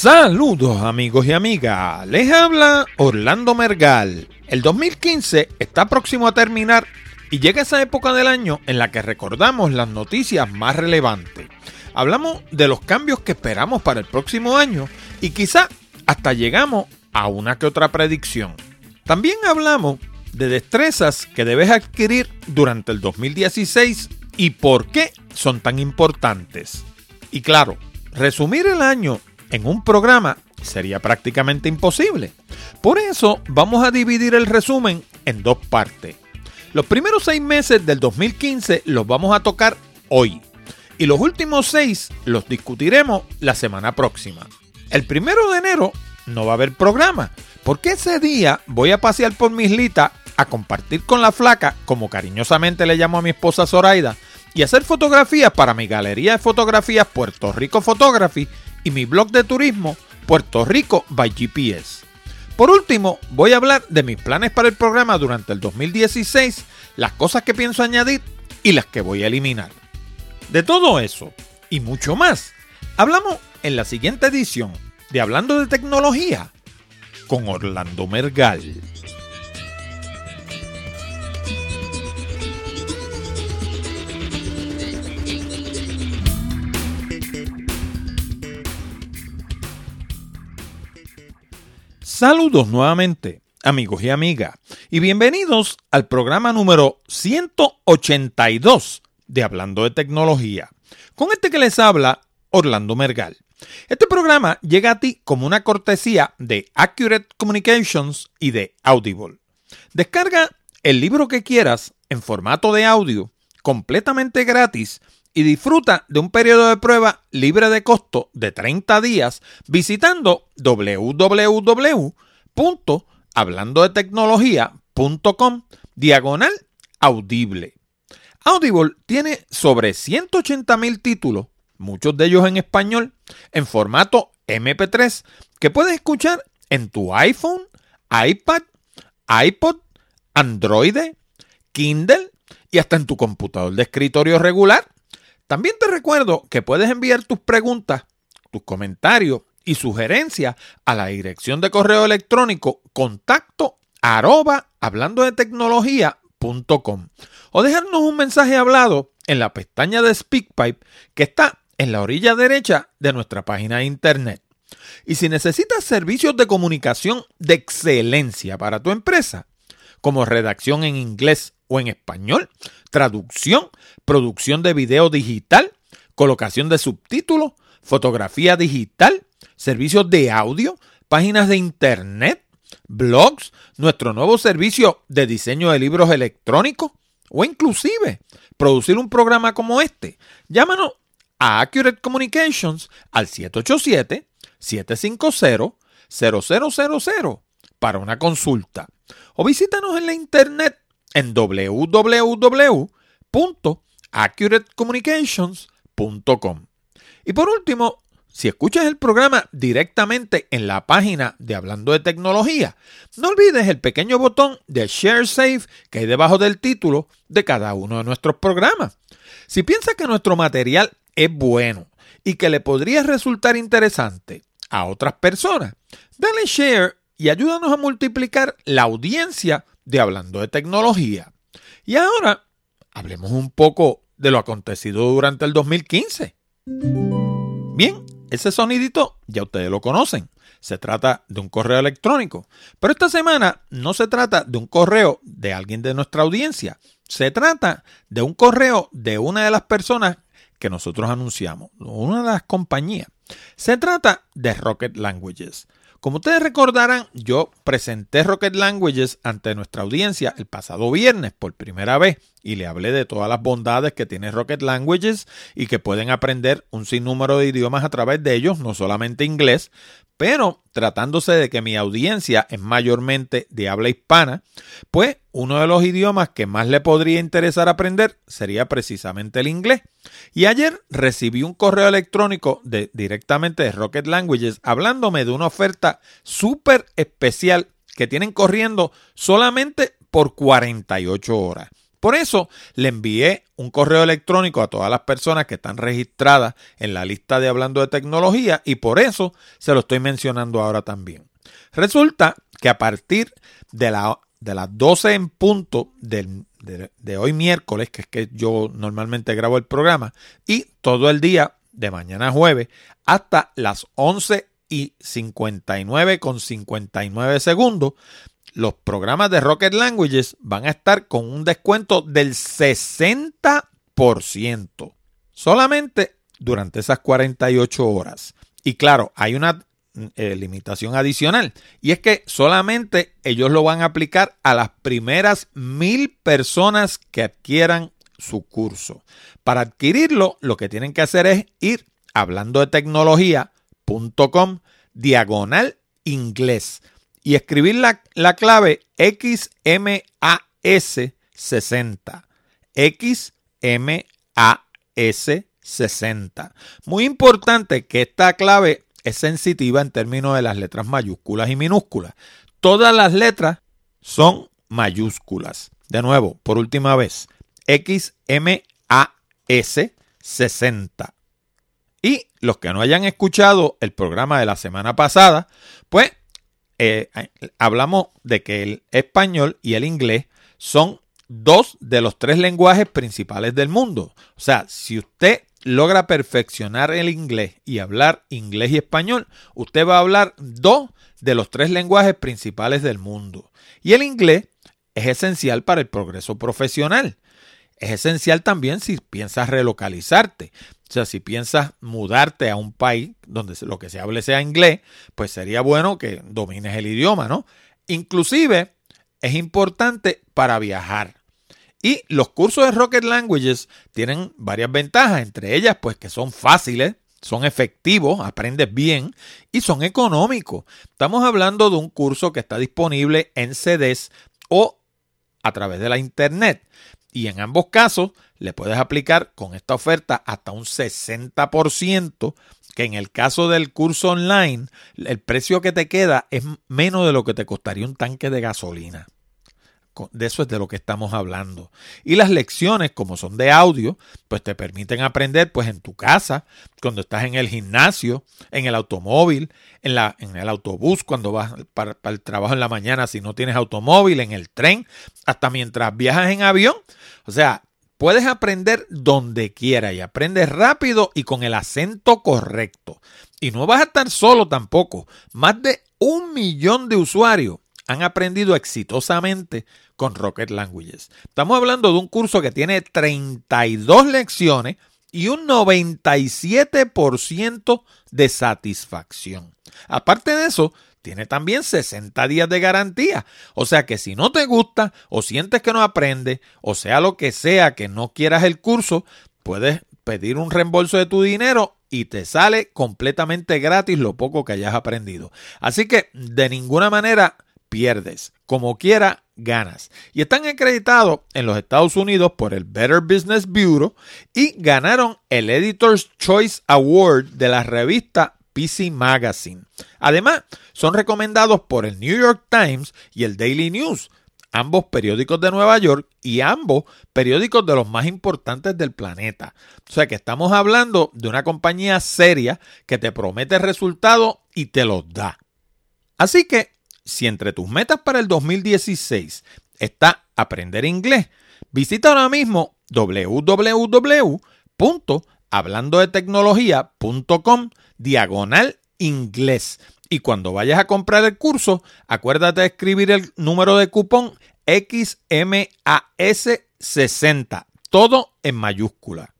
Saludos amigos y amigas, les habla Orlando Mergal. El 2015 está próximo a terminar y llega esa época del año en la que recordamos las noticias más relevantes. Hablamos de los cambios que esperamos para el próximo año y quizá hasta llegamos a una que otra predicción. También hablamos de destrezas que debes adquirir durante el 2016 y por qué son tan importantes. Y claro, resumir el año en un programa sería prácticamente imposible. Por eso vamos a dividir el resumen en dos partes. Los primeros 6 meses del 2015 los vamos a tocar hoy y los últimos 6 los discutiremos la semana próxima. El 1 de enero no va a haber programa porque ese día voy a pasear por mi islita a compartir con la flaca, como cariñosamente le llamo a mi esposa Zoraida, y hacer fotografías para mi galería de fotografías Puerto Rico Photography y mi blog de turismo Puerto Rico by GPS. Por último, voy a hablar de mis planes para el programa durante el 2016, las cosas que pienso añadir y las que voy a eliminar. De todo eso y mucho más, hablamos en la siguiente edición de Hablando de Tecnología con Orlando Mergal. Saludos nuevamente, amigos y amigas, y bienvenidos al programa número 182 de Hablando de Tecnología. Con este que les habla, Orlando Mergal. Este programa llega a ti como una cortesía de Accurate Communications y de Audible. Descarga el libro que quieras en formato de audio, completamente gratis, y disfruta de un periodo de prueba libre de costo de 30 días visitando www.hablandodetecnologia.com/audible. Audible tiene sobre 180,000 títulos, muchos de ellos en español, en formato MP3, que puedes escuchar en tu iPhone, iPad, iPod, Android, Kindle y hasta en tu computador de escritorio regular. También te recuerdo que puedes enviar tus preguntas, tus comentarios y sugerencias a la dirección de correo electrónico contacto@hablandodetecnologia.com o dejarnos un mensaje hablado en la pestaña de SpeakPipe que está en la orilla derecha de nuestra página de internet. Y si necesitas servicios de comunicación de excelencia para tu empresa, como redacción en inglés o en español, traducción, producción de video digital, colocación de subtítulos, fotografía digital, servicios de audio, páginas de internet, blogs, nuestro nuevo servicio de diseño de libros electrónicos o inclusive producir un programa como este, llámanos a Accurate Communications al 787-750-0000 para una consulta o visítanos en la internet en www.accuratecommunications.com. Y por último, si escuchas el programa directamente en la página de Hablando de Tecnología, no olvides el pequeño botón de Share Save que hay debajo del título de cada uno de nuestros programas. Si piensas que nuestro material es bueno y que le podría resultar interesante a otras personas, dale share y ayúdanos a multiplicar la audiencia de Hablando de Tecnología. Y ahora, hablemos un poco de lo acontecido durante el 2015. Bien, ese sonidito ya ustedes lo conocen. Se trata de un correo electrónico. Pero esta semana no se trata de un correo de alguien de nuestra audiencia. Se trata de un correo de una de las personas que nosotros anunciamos, una de las compañías. Se trata de Rocket Languages. Como ustedes recordarán, yo presenté Rocket Languages ante nuestra audiencia el pasado viernes por primera vez y le hablé de todas las bondades que tiene Rocket Languages y que pueden aprender un sinnúmero de idiomas a través de ellos, no solamente inglés, pero tratándose de que mi audiencia es mayormente de habla hispana, pues uno de los idiomas que más le podría interesar aprender sería precisamente el inglés. Y ayer recibí un correo electrónico directamente de Rocket Languages hablándome de una oferta súper especial que tienen corriendo solamente por 48 horas. Por eso le envié un correo electrónico a todas las personas que están registradas en la lista de Hablando de Tecnología y por eso se lo estoy mencionando ahora también. Resulta que a partir de las 12 en punto de hoy miércoles, que es que yo normalmente grabo el programa, y todo el día de mañana jueves hasta las 11:59 con 59 segundos, los programas de Rocket Languages van a estar con un descuento del 60% solamente durante esas 48 horas. Y claro, hay una limitación adicional y es que solamente ellos lo van a aplicar a las primeras 1,000 personas que adquieran su curso. Para adquirirlo, lo que tienen que hacer es ir a hablandodetecnología.com/inglés y escribir la clave XMAS60. XMAS60. Muy importante que esta clave es sensitiva en términos de las letras mayúsculas y minúsculas. Todas las letras son mayúsculas. De nuevo, por última vez, XMAS60. Y los que no hayan escuchado el programa de la semana pasada, pues hablamos de que el español y el inglés son 2 de los 3 lenguajes principales del mundo. O sea, si usted logra perfeccionar el inglés y hablar inglés y español, usted va a hablar 2 de los 3 lenguajes principales del mundo. Y el inglés es esencial para el progreso profesional. Es esencial también si piensas relocalizarte. O sea, si piensas mudarte a un país donde lo que se hable sea inglés, pues sería bueno que domines el idioma, ¿no? Inclusive es importante para viajar. Y los cursos de Rocket Languages tienen varias ventajas, entre ellas pues que son fáciles, son efectivos, aprendes bien y son económicos. Estamos hablando de un curso que está disponible en CDs o a través de la internet. Y en ambos casos le puedes aplicar con esta oferta hasta un 60%, que en el caso del curso online, el precio que te queda es menos de lo que te costaría un tanque de gasolina. De eso es de lo que estamos hablando. Y las lecciones, como son de audio, pues te permiten aprender pues en tu casa, cuando estás en el gimnasio, en el automóvil, en el autobús, cuando vas para el trabajo en la mañana, si no tienes automóvil, en el tren, hasta mientras viajas en avión. O sea, puedes aprender donde quieras y aprendes rápido y con el acento correcto. Y no vas a estar solo tampoco. Más de 1 millón de usuarios han aprendido exitosamente con Rocket Languages. Estamos hablando de un curso que tiene 32 lecciones y un 97% de satisfacción. Aparte de eso, tiene también 60 días de garantía. O sea que si no te gusta o sientes que no aprendes, o sea lo que sea que no quieras el curso, puedes pedir un reembolso de tu dinero y te sale completamente gratis lo poco que hayas aprendido. Así que de ninguna manera pierdes. Como quiera, ganas. Y están acreditados en los Estados Unidos por el Better Business Bureau y ganaron el Editor's Choice Award de la revista PC Magazine. Además, son recomendados por el New York Times y el Daily News, ambos periódicos de Nueva York y ambos periódicos de los más importantes del planeta. O sea que estamos hablando de una compañía seria que te promete resultados y te los da. Así que, si entre tus metas para el 2016 está aprender inglés, visita ahora mismo www.hablandodetecnología.com/inglés y cuando vayas a comprar el curso, acuérdate de escribir el número de cupón XMAS60, todo en mayúscula.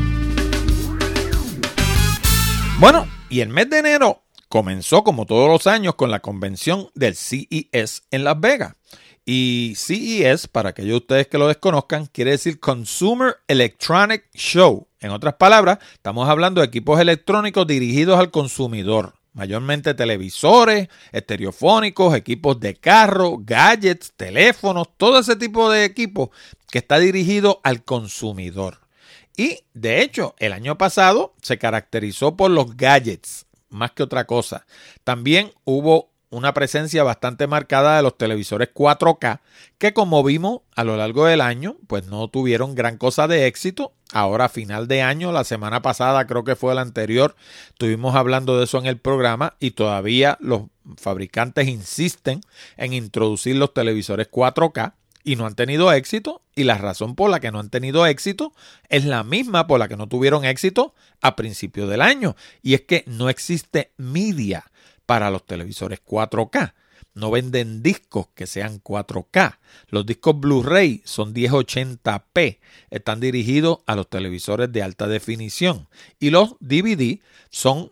Bueno, y el mes de enero comenzó como todos los años con la convención del CES en Las Vegas. Y CES, para aquellos de ustedes que lo desconozcan, quiere decir Consumer Electronic Show. En otras palabras, estamos hablando de equipos electrónicos dirigidos al consumidor. Mayormente televisores, estereofónicos, equipos de carro, gadgets, teléfonos, todo ese tipo de equipos que está dirigido al consumidor. Y, de hecho, el año pasado se caracterizó por los gadgets, más que otra cosa. También hubo una presencia bastante marcada de los televisores 4K, que como vimos a lo largo del año, pues no tuvieron gran cosa de éxito. Ahora a final de año, la semana pasada, creo que fue la anterior, estuvimos hablando de eso en el programa y todavía los fabricantes insisten en introducir los televisores 4K y no han tenido éxito, y la razón por la que no han tenido éxito es la misma por la que no tuvieron éxito a principios del año, y es que no existe media para los televisores 4K. No venden discos que sean 4K. Los discos Blu-ray son 1080p. Están dirigidos a los televisores de alta definición. Y los DVD son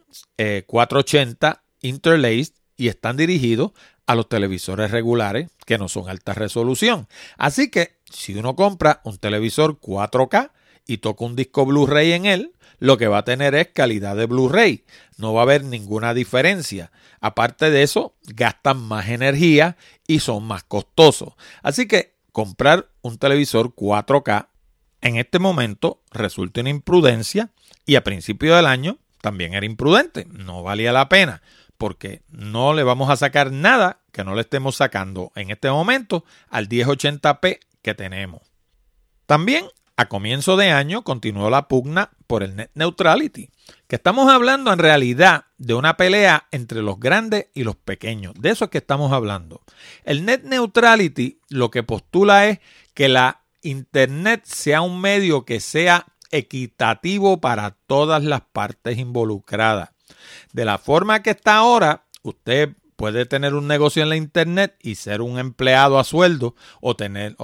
480 interlaced y están dirigidos a los televisores regulares que no son alta resolución. Así que si uno compra un televisor 4K y toca un disco Blu-ray en él, lo que va a tener es calidad de Blu-ray. No va a haber ninguna diferencia. Aparte de eso, gastan más energía y son más costosos. Así que comprar un televisor 4K en este momento resulta una imprudencia, y a principio del año también era imprudente. No valía la pena, porque no le vamos a sacar nada que no le estemos sacando en este momento al 1080p que tenemos. También a comienzo de año continuó la pugna por el net neutrality, que estamos hablando en realidad de una pelea entre los grandes y los pequeños. De eso es que estamos hablando. El net neutrality lo que postula es que la Internet sea un medio que sea equitativo para todas las partes involucradas. De la forma que está ahora, usted puede tener un negocio en la Internet y ser un empleado a sueldo, o tener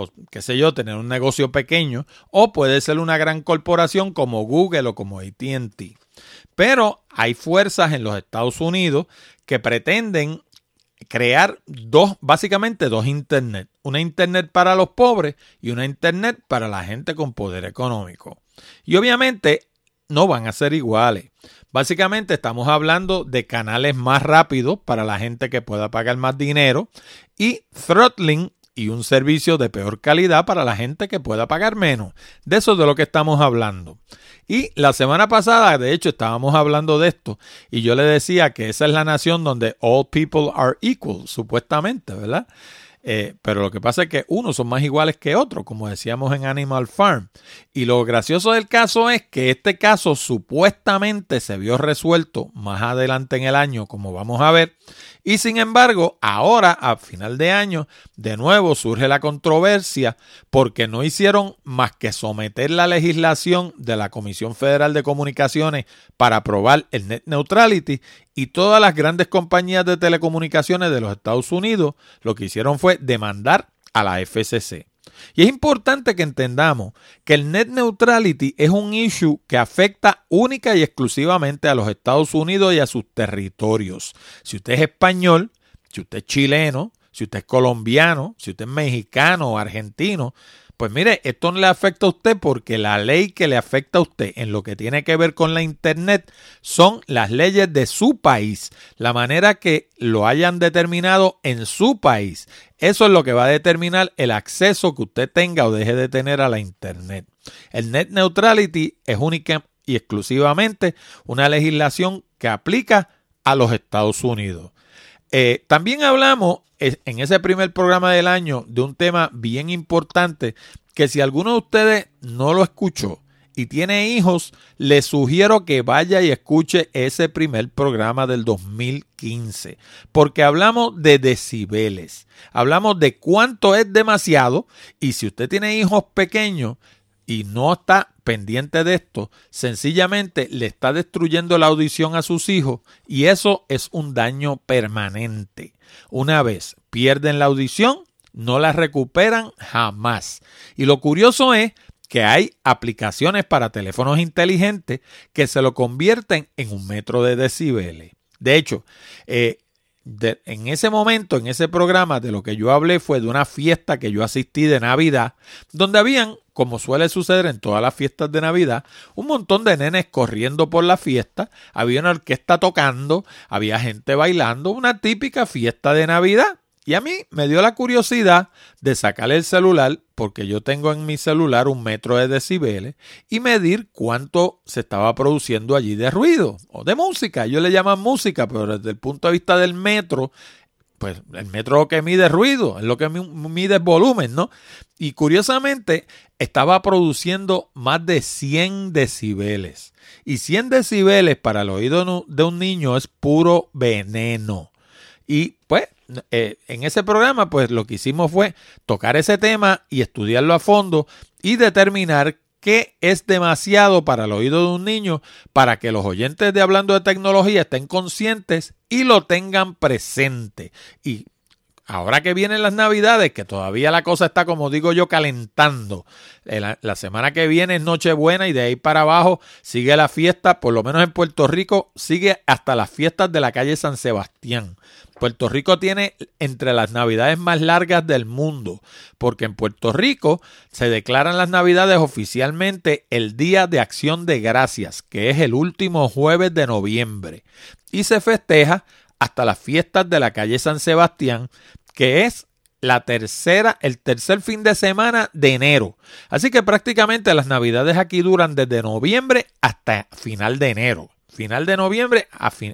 un negocio pequeño, o puede ser una gran corporación como Google o como AT&T. Pero hay fuerzas en los Estados Unidos que pretenden crear básicamente dos Internet. Una Internet para los pobres y una Internet para la gente con poder económico. Y obviamente no van a ser iguales. Básicamente estamos hablando de canales más rápidos para la gente que pueda pagar más dinero, y throttling y un servicio de peor calidad para la gente que pueda pagar menos. De eso es de lo que estamos hablando. Y la semana pasada, de hecho, estábamos hablando de esto, y yo le decía que esa es la nación donde all people are equal, supuestamente, ¿verdad? Pero lo que pasa es que unos son más iguales que otros, como decíamos en Animal Farm. Y lo gracioso del caso es que este caso supuestamente se vio resuelto más adelante en el año, como vamos a ver. Y sin embargo, ahora, a final de año, de nuevo surge la controversia porque no hicieron más que someter la legislación de la Comisión Federal de Comunicaciones para aprobar el net neutrality, y todas las grandes compañías de telecomunicaciones de los Estados Unidos lo que hicieron fue demandar a la FCC. Y es importante que entendamos que el net neutrality es un issue que afecta única y exclusivamente a los Estados Unidos y a sus territorios. Si usted es español, si usted es chileno, si usted es colombiano, si usted es mexicano o argentino, pues mire, esto no le afecta a usted, porque la ley que le afecta a usted en lo que tiene que ver con la Internet son las leyes de su país, la manera que lo hayan determinado en su país. Eso es lo que va a determinar el acceso que usted tenga o deje de tener a la Internet. El net neutrality es única y exclusivamente una legislación que aplica a los Estados Unidos. También hablamos en ese primer programa del año de un tema bien importante que, si alguno de ustedes no lo escuchó y tiene hijos, les sugiero que vaya y escuche ese primer programa del 2015, porque hablamos de decibeles, hablamos de cuánto es demasiado, y si usted tiene hijos pequeños y no está pendiente de esto, sencillamente le está destruyendo la audición a sus hijos, y eso es un daño permanente. Una vez pierden la audición, no la recuperan jamás. Y lo curioso es que hay aplicaciones para teléfonos inteligentes que se lo convierten en un metro de decibeles. De hecho, en ese momento, en ese programa, de lo que yo hablé fue de una fiesta que yo asistí de Navidad, donde habían, como suele suceder en todas las fiestas de Navidad, un montón de nenes corriendo por la fiesta, había una orquesta tocando, había gente bailando, una típica fiesta de Navidad. Y a mí me dio la curiosidad de sacarle el celular, porque yo tengo en mi celular un metro de decibeles, y medir cuánto se estaba produciendo allí de ruido o de música. Ellos le llaman música, pero desde el punto de vista del metro, pues el metro lo que mide ruido, es lo que mide volumen, ¿no? Y curiosamente estaba produciendo más de 100 decibeles. Y 100 decibeles para el oído de un niño es puro veneno. Y pues en ese programa pues lo que hicimos fue tocar ese tema y estudiarlo a fondo y determinar qué es demasiado para el oído de un niño para que los oyentes de Hablando de Tecnología estén conscientes y lo tengan presente. Y ahora que vienen las Navidades, que todavía la cosa está, como digo yo, calentando. La semana que viene es Nochebuena y de ahí para abajo sigue la fiesta, por lo menos en Puerto Rico, sigue hasta las fiestas de la calle San Sebastián. Puerto Rico tiene entre las Navidades más largas del mundo, porque en Puerto Rico se declaran las Navidades oficialmente el Día de Acción de Gracias, que es el último jueves de noviembre, y se festeja hasta las fiestas de la calle San Sebastián, que es el tercer fin de semana de enero. Así que prácticamente las Navidades aquí duran desde noviembre hasta final de enero. Final de noviembre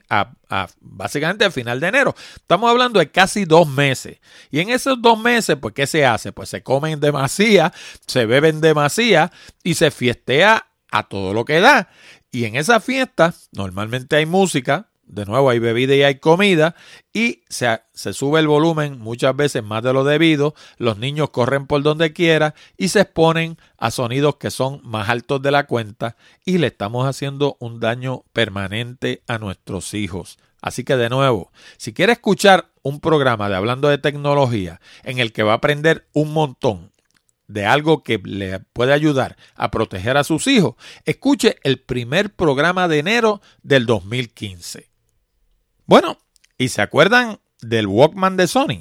básicamente a final de enero. Estamos hablando de casi 2 meses. Y en esos 2 meses, pues, ¿qué se hace? Pues se comen demasía, se beben demasía y se fiestea a todo lo que da. Y en esa fiesta normalmente hay música. De nuevo, hay bebida y hay comida y se sube el volumen muchas veces más de lo debido. Los niños corren por donde quiera y se exponen a sonidos que son más altos de la cuenta y le estamos haciendo un daño permanente a nuestros hijos. Así que de nuevo, si quiere escuchar un programa de Hablando de Tecnología en el que va a aprender un montón de algo que le puede ayudar a proteger a sus hijos, escuche el primer programa de enero del 2015. Bueno, ¿y se acuerdan del Walkman de Sony?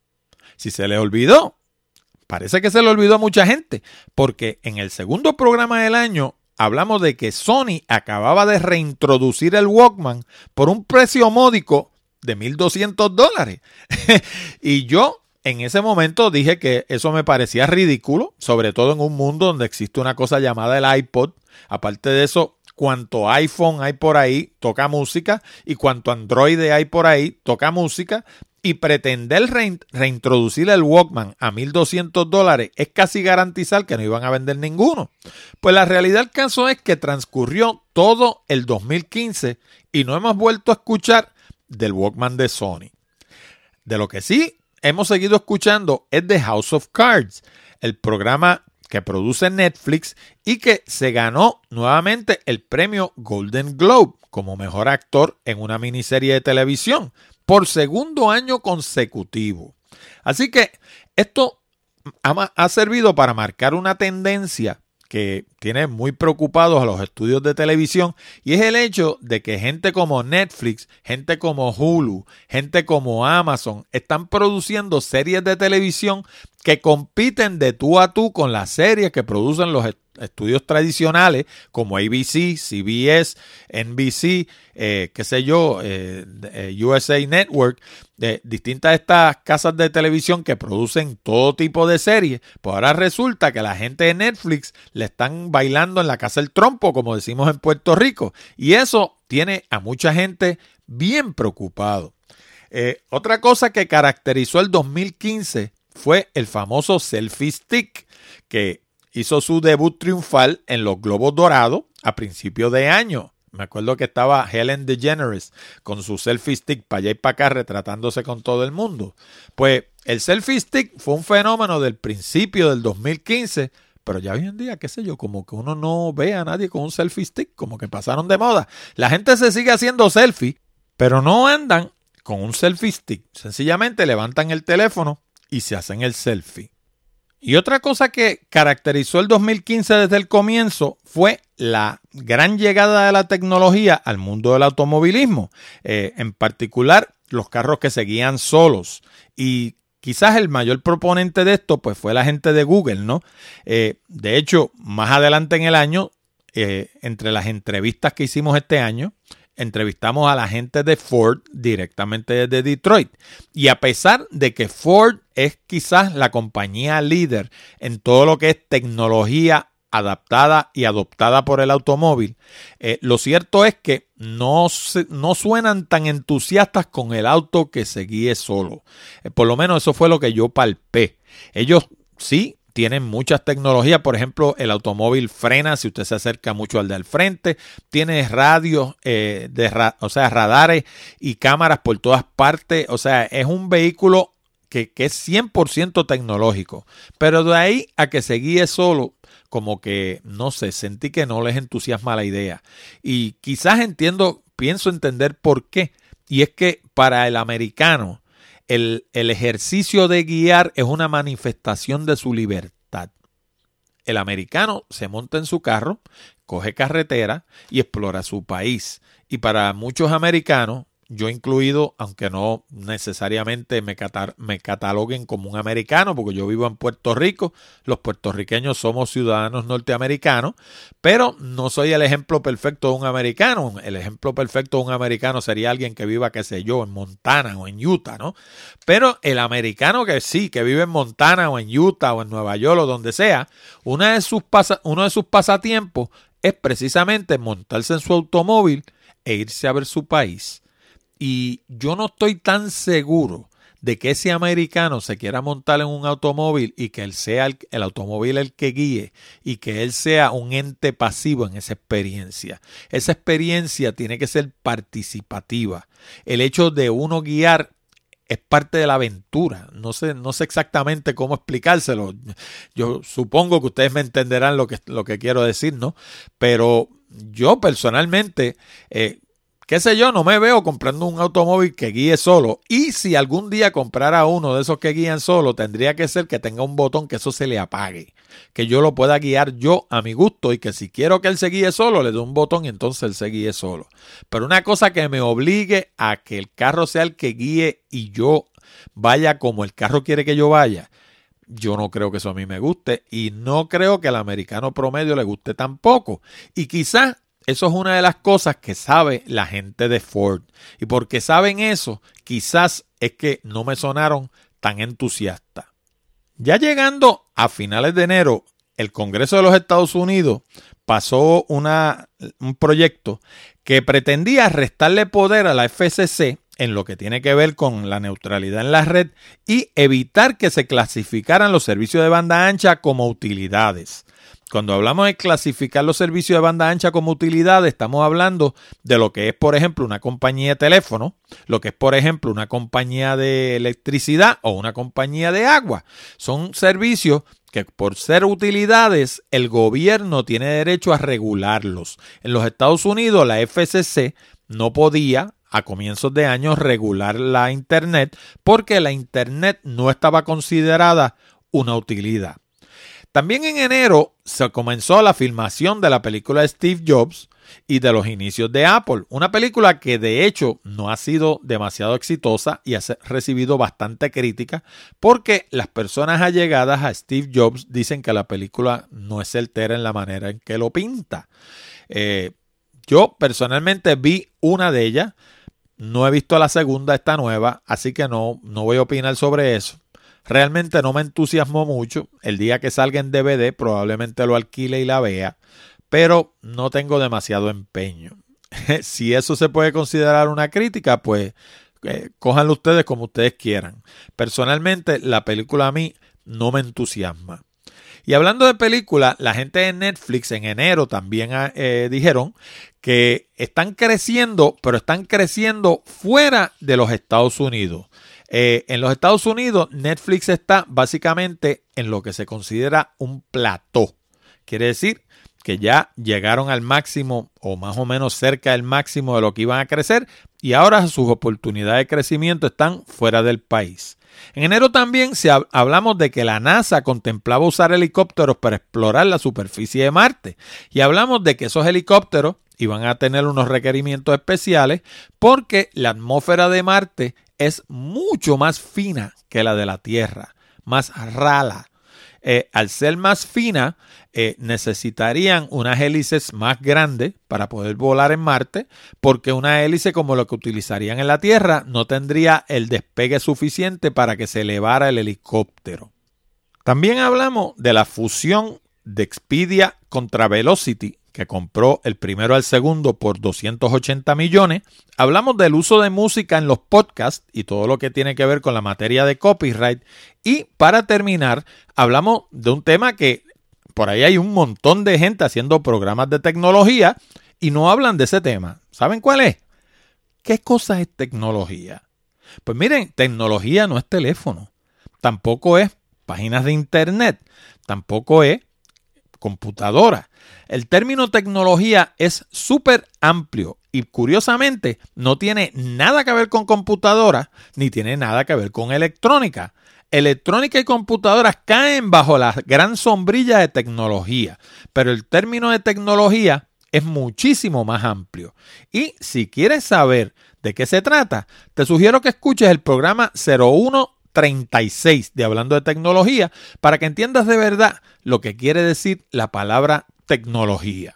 Si se les olvidó, parece que se le olvidó a mucha gente, porque en el segundo programa del año hablamos de que Sony acababa de reintroducir el Walkman por un precio módico de $1,200. Y yo en ese momento dije que eso me parecía ridículo, sobre todo en un mundo donde existe una cosa llamada el iPod. Aparte de eso, cuanto iPhone hay por ahí, toca música, y cuanto Android hay por ahí, toca música, y pretender reintroducir el Walkman a $1,200 es casi garantizar que no iban a vender ninguno. Pues la realidad del caso es que transcurrió todo el 2015 y no hemos vuelto a escuchar del Walkman de Sony. De lo que sí hemos seguido escuchando es de House of Cards, el programa que produce Netflix y que se ganó nuevamente el premio Golden Globe como mejor actor en una miniserie de televisión por segundo año consecutivo. Así que esto ha servido para marcar una tendencia que tiene muy preocupados a los estudios de televisión, y es el hecho de que gente como Netflix, gente como Hulu, gente como Amazon están produciendo series de televisión que compiten de tú a tú con las series que producen los estudios tradicionales como ABC, CBS, NBC, USA Network, distintas de estas casas de televisión que producen todo tipo de series. Pues ahora resulta que la gente de Netflix le están bailando en la casa del trompo, como decimos en Puerto Rico, y eso tiene a mucha gente bien preocupado. Otra cosa que caracterizó el 2015 fue el famoso selfie stick, que hizo su debut triunfal en los Globos Dorados a principios de año. Me acuerdo que estaba Ellen DeGeneres con su selfie stick para allá y para acá retratándose con todo el mundo. Pues el selfie stick fue un fenómeno del principio del 2015, pero ya hoy en día, qué sé yo, como que uno no ve a nadie con un selfie stick, como que pasaron de moda. La gente se sigue haciendo selfie, pero no andan con un selfie stick. Sencillamente levantan el teléfono y se hacen el selfie. Y otra cosa que caracterizó el 2015 desde el comienzo fue la gran llegada de la tecnología al mundo del automovilismo. En particular, los carros que se guían solos. Y quizás el mayor proponente de esto pues fue la gente de Google, ¿no? De hecho, más adelante en el año, entre las entrevistas que hicimos este año, entrevistamos a la gente de Ford directamente desde Detroit. Y a pesar de que Ford es quizás la compañía líder en todo lo que es tecnología adaptada y adoptada por el automóvil, lo cierto es que no suenan tan entusiastas con el auto que se guíe solo. Por lo menos eso fue lo que yo palpé. Ellos sí tienen muchas tecnologías, por ejemplo, el automóvil frena si usted se acerca mucho al del frente, tiene radios, radares y cámaras por todas partes, o sea, es un vehículo que es 100% tecnológico, pero de ahí a que se guíe solo, como que, no sé, sentí que no les entusiasma la idea. Y quizás pienso entender por qué. Y es que para el americano, el ejercicio de guiar es una manifestación de su libertad. El americano se monta en su carro, coge carretera y explora su país. Y para muchos americanos, yo incluido, aunque no necesariamente me cataloguen como un americano, porque yo vivo en Puerto Rico, los puertorriqueños somos ciudadanos norteamericanos, pero no soy el ejemplo perfecto de un americano. El ejemplo perfecto de un americano sería alguien que viva, qué sé yo, en Montana o en Utah, ¿no? Pero el americano que sí, que vive en Montana o en Utah o en Nueva York o donde sea, uno de sus pasatiempos es precisamente montarse en su automóvil e irse a ver su país. Y yo no estoy tan seguro de que ese americano se quiera montar en un automóvil y que él sea el automóvil el que guíe y que él sea un ente pasivo en esa experiencia. Esa experiencia tiene que ser participativa. El hecho de uno guiar es parte de la aventura. No sé exactamente cómo explicárselo. Yo supongo que ustedes me entenderán lo que quiero decir, ¿no? Pero yo personalmente, qué sé yo, no me veo comprando un automóvil que guíe solo. Y si algún día comprara uno de esos que guían solo, tendría que ser que tenga un botón que eso se le apague. Que yo lo pueda guiar yo a mi gusto y que si quiero que él se guíe solo, le doy un botón y entonces él se guíe solo. Pero una cosa que me obligue a que el carro sea el que guíe y yo vaya como el carro quiere que yo vaya, yo no creo que eso a mí me guste y no creo que al americano promedio le guste tampoco. Y quizás eso es una de las cosas que sabe la gente de Ford. Y porque saben eso, quizás es que no me sonaron tan entusiastas. Ya llegando a finales de enero, el Congreso de los Estados Unidos pasó un proyecto que pretendía restarle poder a la FCC en lo que tiene que ver con la neutralidad en la red y evitar que se clasificaran los servicios de banda ancha como utilidades. Cuando hablamos de clasificar los servicios de banda ancha como utilidades, estamos hablando de lo que es, por ejemplo, una compañía de teléfono, lo que es, por ejemplo, una compañía de electricidad o una compañía de agua. Son servicios que por ser utilidades, el gobierno tiene derecho a regularlos. En los Estados Unidos, la FCC no podía a comienzos de año regular la Internet porque la Internet no estaba considerada una utilidad. También en enero se comenzó la filmación de la película de Steve Jobs y de los inicios de Apple, una película que de hecho no ha sido demasiado exitosa y ha recibido bastante crítica porque las personas allegadas a Steve Jobs dicen que la película no es certera en la manera en que lo pinta. Yo personalmente vi una de ellas, no he visto la segunda, esta nueva, así que no voy a opinar sobre eso. Realmente no me entusiasmó mucho. El día que salga en DVD probablemente lo alquile y la vea, pero no tengo demasiado empeño. Si eso se puede considerar una crítica, pues cójanlo ustedes como ustedes quieran. Personalmente, la película a mí no me entusiasma. Y hablando de películas, la gente de Netflix en enero también dijeron que están creciendo, pero están creciendo fuera de los Estados Unidos. En los Estados Unidos, Netflix está básicamente en lo que se considera un plató. Quiere decir que ya llegaron al máximo o más o menos cerca del máximo de lo que iban a crecer y ahora sus oportunidades de crecimiento están fuera del país. En enero también hablamos de que la NASA contemplaba usar helicópteros para explorar la superficie de Marte y hablamos de que esos helicópteros iban a tener unos requerimientos especiales porque la atmósfera de Marte es mucho más fina que la de la Tierra, más rala. Al ser más fina, necesitarían unas hélices más grandes para poder volar en Marte, porque una hélice como lo que utilizarían en la Tierra no tendría el despegue suficiente para que se elevara el helicóptero. También hablamos de la fusión de Expedia contra Velocity, que compró el primero al segundo por 280 millones. Hablamos del uso de música en los podcasts y todo lo que tiene que ver con la materia de copyright. Y para terminar, hablamos de un tema que por ahí hay un montón de gente haciendo programas de tecnología y no hablan de ese tema. ¿Saben cuál es? ¿Qué cosa es tecnología? Pues miren, tecnología no es teléfono, tampoco es páginas de internet, tampoco es computadora. El término tecnología es súper amplio y curiosamente no tiene nada que ver con computadora ni tiene nada que ver con electrónica. Electrónica y computadoras caen bajo la gran sombrilla de tecnología, pero el término de tecnología es muchísimo más amplio. Y si quieres saber de qué se trata, te sugiero que escuches el programa 0136 de Hablando de Tecnología para que entiendas de verdad lo que quiere decir la palabra tecnología.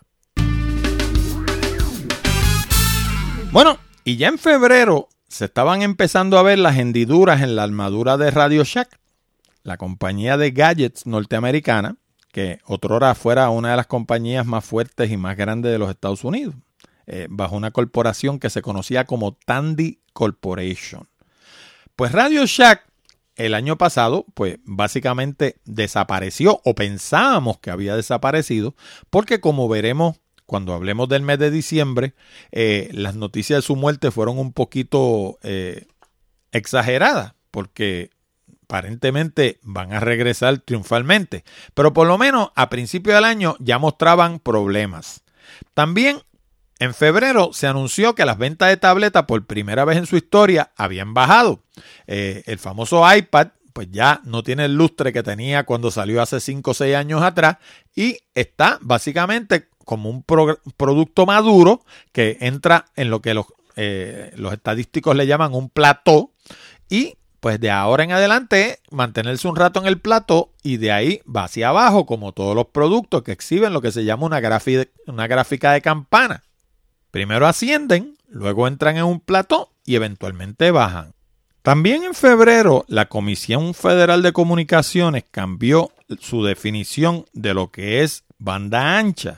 Bueno, y ya en febrero se estaban empezando a ver las hendiduras en la armadura de Radio Shack, la compañía de gadgets norteamericana, que otrora fuera una de las compañías más fuertes y más grandes de los Estados Unidos, bajo una corporación que se conocía como Tandy Corporation. Pues Radio Shack el año pasado, pues básicamente desapareció, o pensábamos que había desaparecido, porque como veremos cuando hablemos del mes de diciembre, las noticias de su muerte fueron un poquito exageradas, porque aparentemente van a regresar triunfalmente, pero por lo menos a principio del año ya mostraban problemas. También en febrero se anunció que las ventas de tabletas por primera vez en su historia habían bajado. El famoso iPad pues ya no tiene el lustre que tenía cuando salió hace 5 o 6 años atrás y está básicamente como un producto maduro que entra en lo que los estadísticos le llaman un plató y pues de ahora en adelante mantenerse un rato en el plató y de ahí va hacia abajo como todos los productos que exhiben lo que se llama una gráfica de campana. Primero ascienden, luego entran en un plató y eventualmente bajan. También en febrero la Comisión Federal de Comunicaciones cambió su definición de lo que es banda ancha.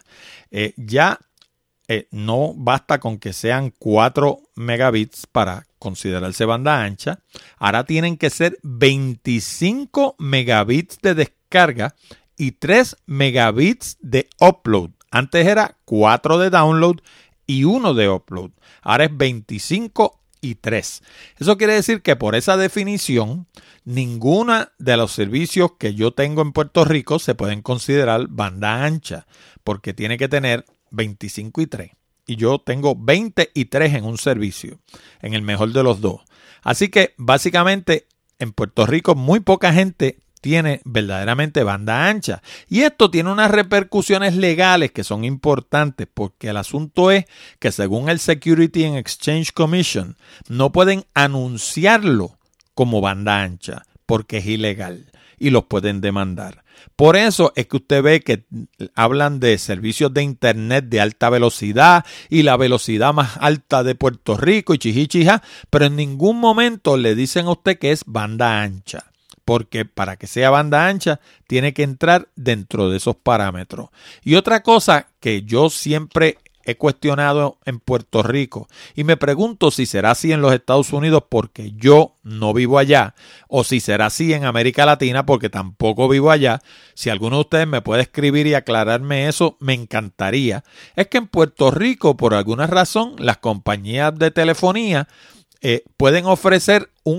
No basta con que sean 4 megabits para considerarse banda ancha. Ahora tienen que ser 25 megabits de descarga y 3 megabits de upload. Antes era 4 de download y 1 de upload. Ahora es 25 y 3. Eso quiere decir que por esa definición, ninguna de los servicios que yo tengo en Puerto Rico se pueden considerar banda ancha, porque tiene que tener 25 y 3. Y yo tengo 20 y 3 en un servicio, en el mejor de los dos. Así que básicamente en Puerto Rico muy poca gente tiene verdaderamente banda ancha. Y esto tiene unas repercusiones legales que son importantes porque el asunto es que según el Security and Exchange Commission no pueden anunciarlo como banda ancha porque es ilegal y los pueden demandar. Por eso es que usted ve que hablan de servicios de internet de alta velocidad y la velocidad más alta de Puerto Rico y chichichija, pero en ningún momento le dicen a usted que es banda ancha. Porque para que sea banda ancha tiene que entrar dentro de esos parámetros. Y otra cosa que yo siempre he cuestionado en Puerto Rico y me pregunto si será así en los Estados Unidos porque yo no vivo allá o si será así en América Latina porque tampoco vivo allá. Si alguno de ustedes me puede escribir y aclararme eso, me encantaría. Es que en Puerto Rico, por alguna razón, las compañías de telefonía pueden ofrecer un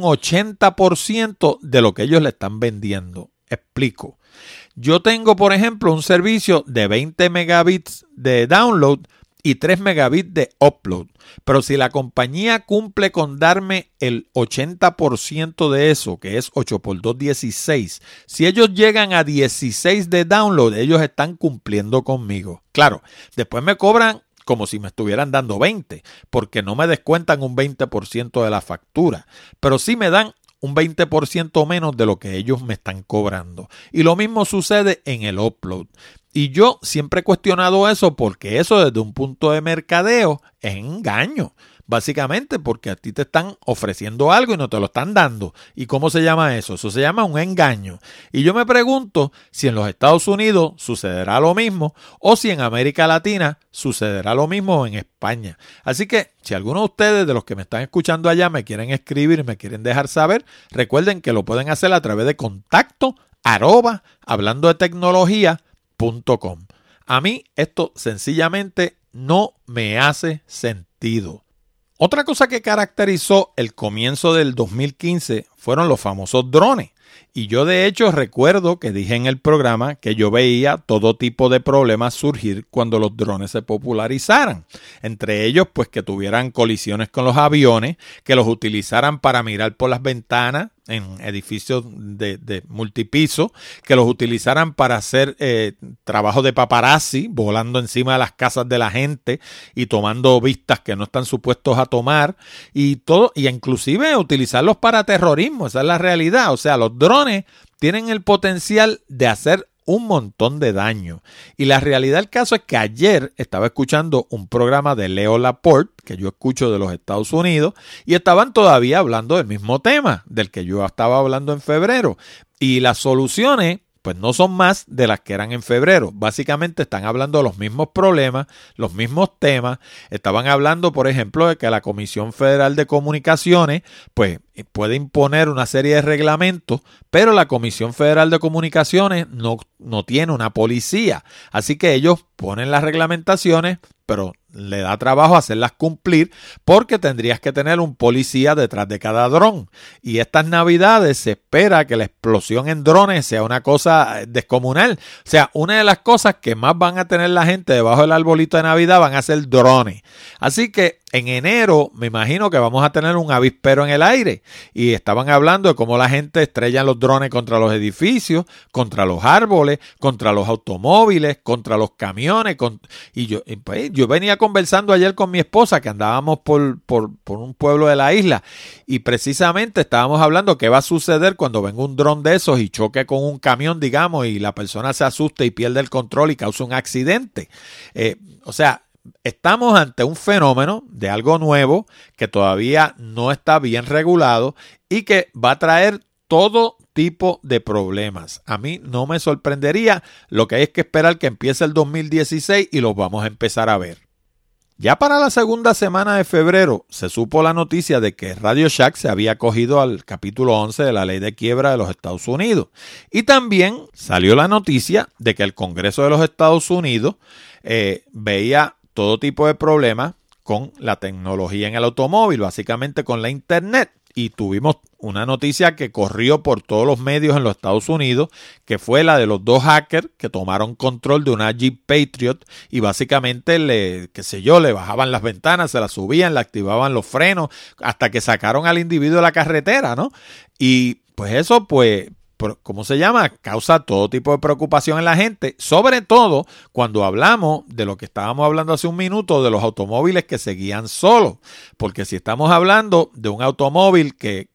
80% de lo que ellos le están vendiendo. Explico. Yo tengo, por ejemplo, un servicio de 20 megabits de download y 3 megabits de upload. Pero si la compañía cumple con darme el 80% de eso, que es 8 por 2, 16, si ellos llegan a 16 de download, ellos están cumpliendo conmigo. Claro, después me cobran como si me estuvieran dando 20, porque no me descuentan un 20% de la factura, pero sí me dan un 20% menos de lo que ellos me están cobrando. Y lo mismo sucede en el upload. Y yo siempre he cuestionado eso porque eso desde un punto de mercadeo es engaño. básicamente porque a ti te están ofreciendo algo y no te lo están dando. ¿Y cómo se llama eso? Eso se llama un engaño. Y yo me pregunto si en los Estados Unidos sucederá lo mismo o si en América Latina sucederá lo mismo en España. Así que si alguno de ustedes, de los que me están escuchando allá, me quieren escribir, me quieren dejar saber, recuerden que lo pueden hacer a través de contacto@hablandodetecnologia.com. A mí esto sencillamente no me hace sentido. Otra cosa que caracterizó el comienzo del 2015 fueron los famosos drones. Y yo de hecho recuerdo que dije en el programa que yo veía todo tipo de problemas surgir cuando los drones se popularizaran. Entre ellos, pues que tuvieran colisiones con los aviones, que los utilizaran para mirar por las ventanas en edificios de multipiso, que los utilizaran para hacer trabajo de paparazzi, volando encima de las casas de la gente y tomando vistas que no están supuestos a tomar, y todo, y inclusive utilizarlos para terrorismo. Esa es la realidad. O sea, los drones tienen el potencial de hacer un montón de daño. Y la realidad del caso es que ayer estaba escuchando un programa de Leo Laporte, que yo escucho de los Estados Unidos, y estaban todavía hablando del mismo tema del que yo estaba hablando en febrero. Y las soluciones pues no son más de las que eran en febrero. Básicamente están hablando de los mismos problemas, los mismos temas. Estaban hablando, por ejemplo, de que la Comisión Federal de Comunicaciones pues puede imponer una serie de reglamentos, pero la Comisión Federal de Comunicaciones no tiene una policía. Así que ellos ponen las reglamentaciones, pero le da trabajo hacerlas cumplir porque tendrías que tener un policía detrás de cada dron. Y estas navidades se espera que la explosión en drones sea una cosa descomunal. O sea, una de las cosas que más van a tener la gente debajo del arbolito de Navidad van a ser drones. Así que en enero me imagino que vamos a tener un avispero en el aire. Y estaban hablando de cómo la gente estrella los drones contra los edificios, contra los árboles, contra los automóviles, contra los camiones. Y yo venía conversando ayer con mi esposa que andábamos por un pueblo de la isla y precisamente estábamos hablando qué va a suceder cuando venga un dron de esos y choque con un camión, digamos, y la persona se asuste y pierde el control y causa un accidente. O sea, estamos ante un fenómeno de algo nuevo que todavía no está bien regulado y que va a traer todo tipo de problemas. A mí no me sorprendería, lo que hay es que esperar que empiece el 2016 y los vamos a empezar a ver. Ya para la segunda semana de febrero se supo la noticia de que Radio Shack se había acogido al capítulo 11 de la ley de quiebra de los Estados Unidos. Y también salió la noticia de que el Congreso de los Estados Unidos veía todo tipo de problemas con la tecnología en el automóvil, básicamente con la internet. Y tuvimos una noticia que corrió por todos los medios en los Estados Unidos, que fue la de los dos hackers que tomaron control de una Jeep Patriot y básicamente le bajaban las ventanas, se las subían, le activaban los frenos, hasta que sacaron al individuo de la carretera, ¿no? Y pues eso, ¿cómo se llama? Causa todo tipo de preocupación en la gente, sobre todo cuando hablamos de lo que estábamos hablando hace un minuto, de los automóviles que se guían solos, porque si estamos hablando de un automóvil que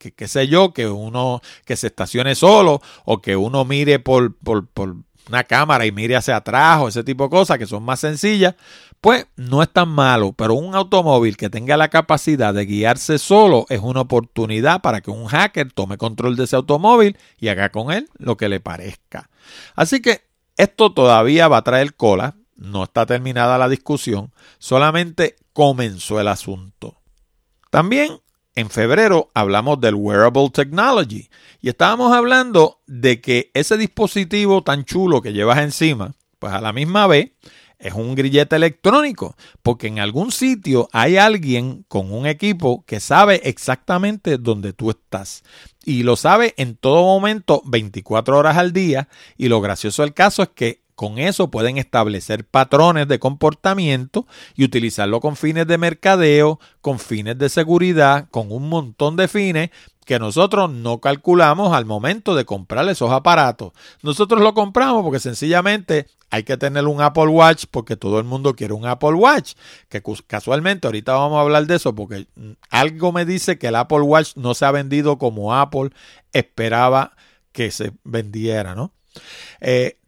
se estacione solo o que uno mire por una cámara y mire hacia atrás o ese tipo de cosas que son más sencillas, pues no es tan malo, pero un automóvil que tenga la capacidad de guiarse solo es una oportunidad para que un hacker tome control de ese automóvil y haga con él lo que le parezca. Así que esto todavía va a traer cola, no está terminada la discusión, solamente comenzó el asunto. También en febrero hablamos del wearable technology y estábamos hablando de que ese dispositivo tan chulo que llevas encima, pues a la misma vez es un grillete electrónico, porque en algún sitio hay alguien con un equipo que sabe exactamente dónde tú estás y lo sabe en todo momento 24 horas al día, y lo gracioso del caso es que con eso pueden establecer patrones de comportamiento y utilizarlo con fines de mercadeo, con fines de seguridad, con un montón de fines que nosotros no calculamos al momento de comprar esos aparatos. Nosotros lo compramos porque sencillamente hay que tener un Apple Watch porque todo el mundo quiere un Apple Watch, que casualmente ahorita vamos a hablar de eso porque algo me dice que el Apple Watch no se ha vendido como Apple esperaba que se vendiera, ¿no?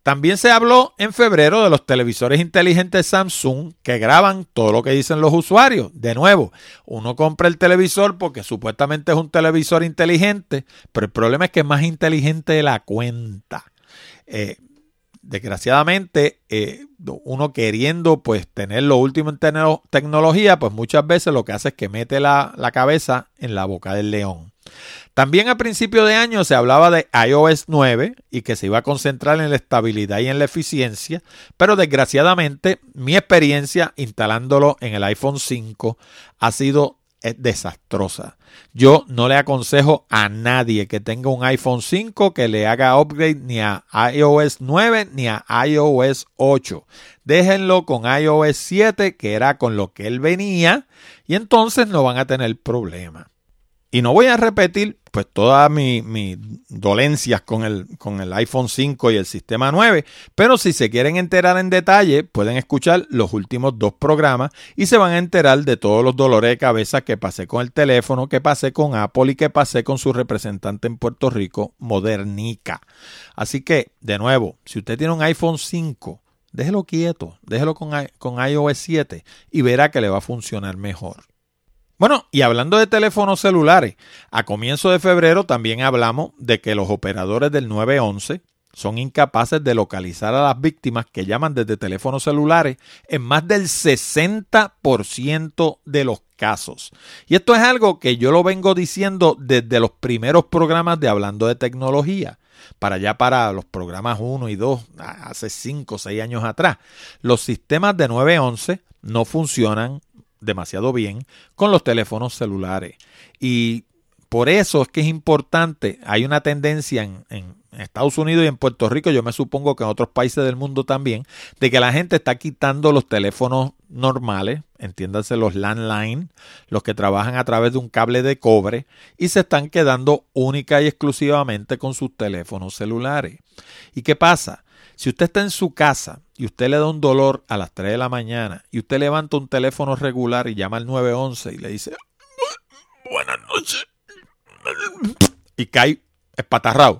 También se habló en febrero de los televisores inteligentes Samsung que graban todo lo que dicen los usuarios. De nuevo, uno compra el televisor porque supuestamente es un televisor inteligente, pero el problema es que es más inteligente de la cuenta. Desgraciadamente, uno queriendo pues tener lo último en tecnología, pues muchas veces lo que hace es que mete la cabeza en la boca del león. También a principio de año se hablaba de iOS 9 y que se iba a concentrar en la estabilidad y en la eficiencia, pero desgraciadamente mi experiencia instalándolo en el iPhone 5 ha sido desastrosa. Yo no le aconsejo a nadie que tenga un iPhone 5 que le haga upgrade ni a iOS 9 ni a iOS 8. Déjenlo con iOS 7, que era con lo que él venía, y entonces no van a tener problema. Y no voy a repetir pues todas mis dolencias con el iPhone 5 y el sistema 9, pero si se quieren enterar en detalle, pueden escuchar los últimos 2 programas y se van a enterar de todos los dolores de cabeza que pasé con el teléfono, que pasé con Apple y que pasé con su representante en Puerto Rico, Modernica. Así que, de nuevo, si usted tiene un iPhone 5, déjelo quieto, déjelo con iOS 7 y verá que le va a funcionar mejor. Bueno, y hablando de teléfonos celulares, a comienzo de febrero también hablamos de que los operadores del 911 son incapaces de localizar a las víctimas que llaman desde teléfonos celulares en más del 60% de los casos. Y esto es algo que yo lo vengo diciendo desde los primeros programas de Hablando de Tecnología, para los programas 1 y 2, hace 5 o 6 años atrás. Los sistemas de 911 no funcionan demasiado bien con los teléfonos celulares, y por eso es que es importante. Hay una tendencia en Estados Unidos y en Puerto Rico, yo me supongo que en otros países del mundo también, de que la gente está quitando los teléfonos normales, entiéndase los landline, los que trabajan a través de un cable de cobre, y se están quedando única y exclusivamente con sus teléfonos celulares. ¿Y qué pasa? Si usted está en su casa y usted le da un dolor a las 3 de la mañana y usted levanta un teléfono regular y llama al 911 y le dice buenas noches y cae espatarrado,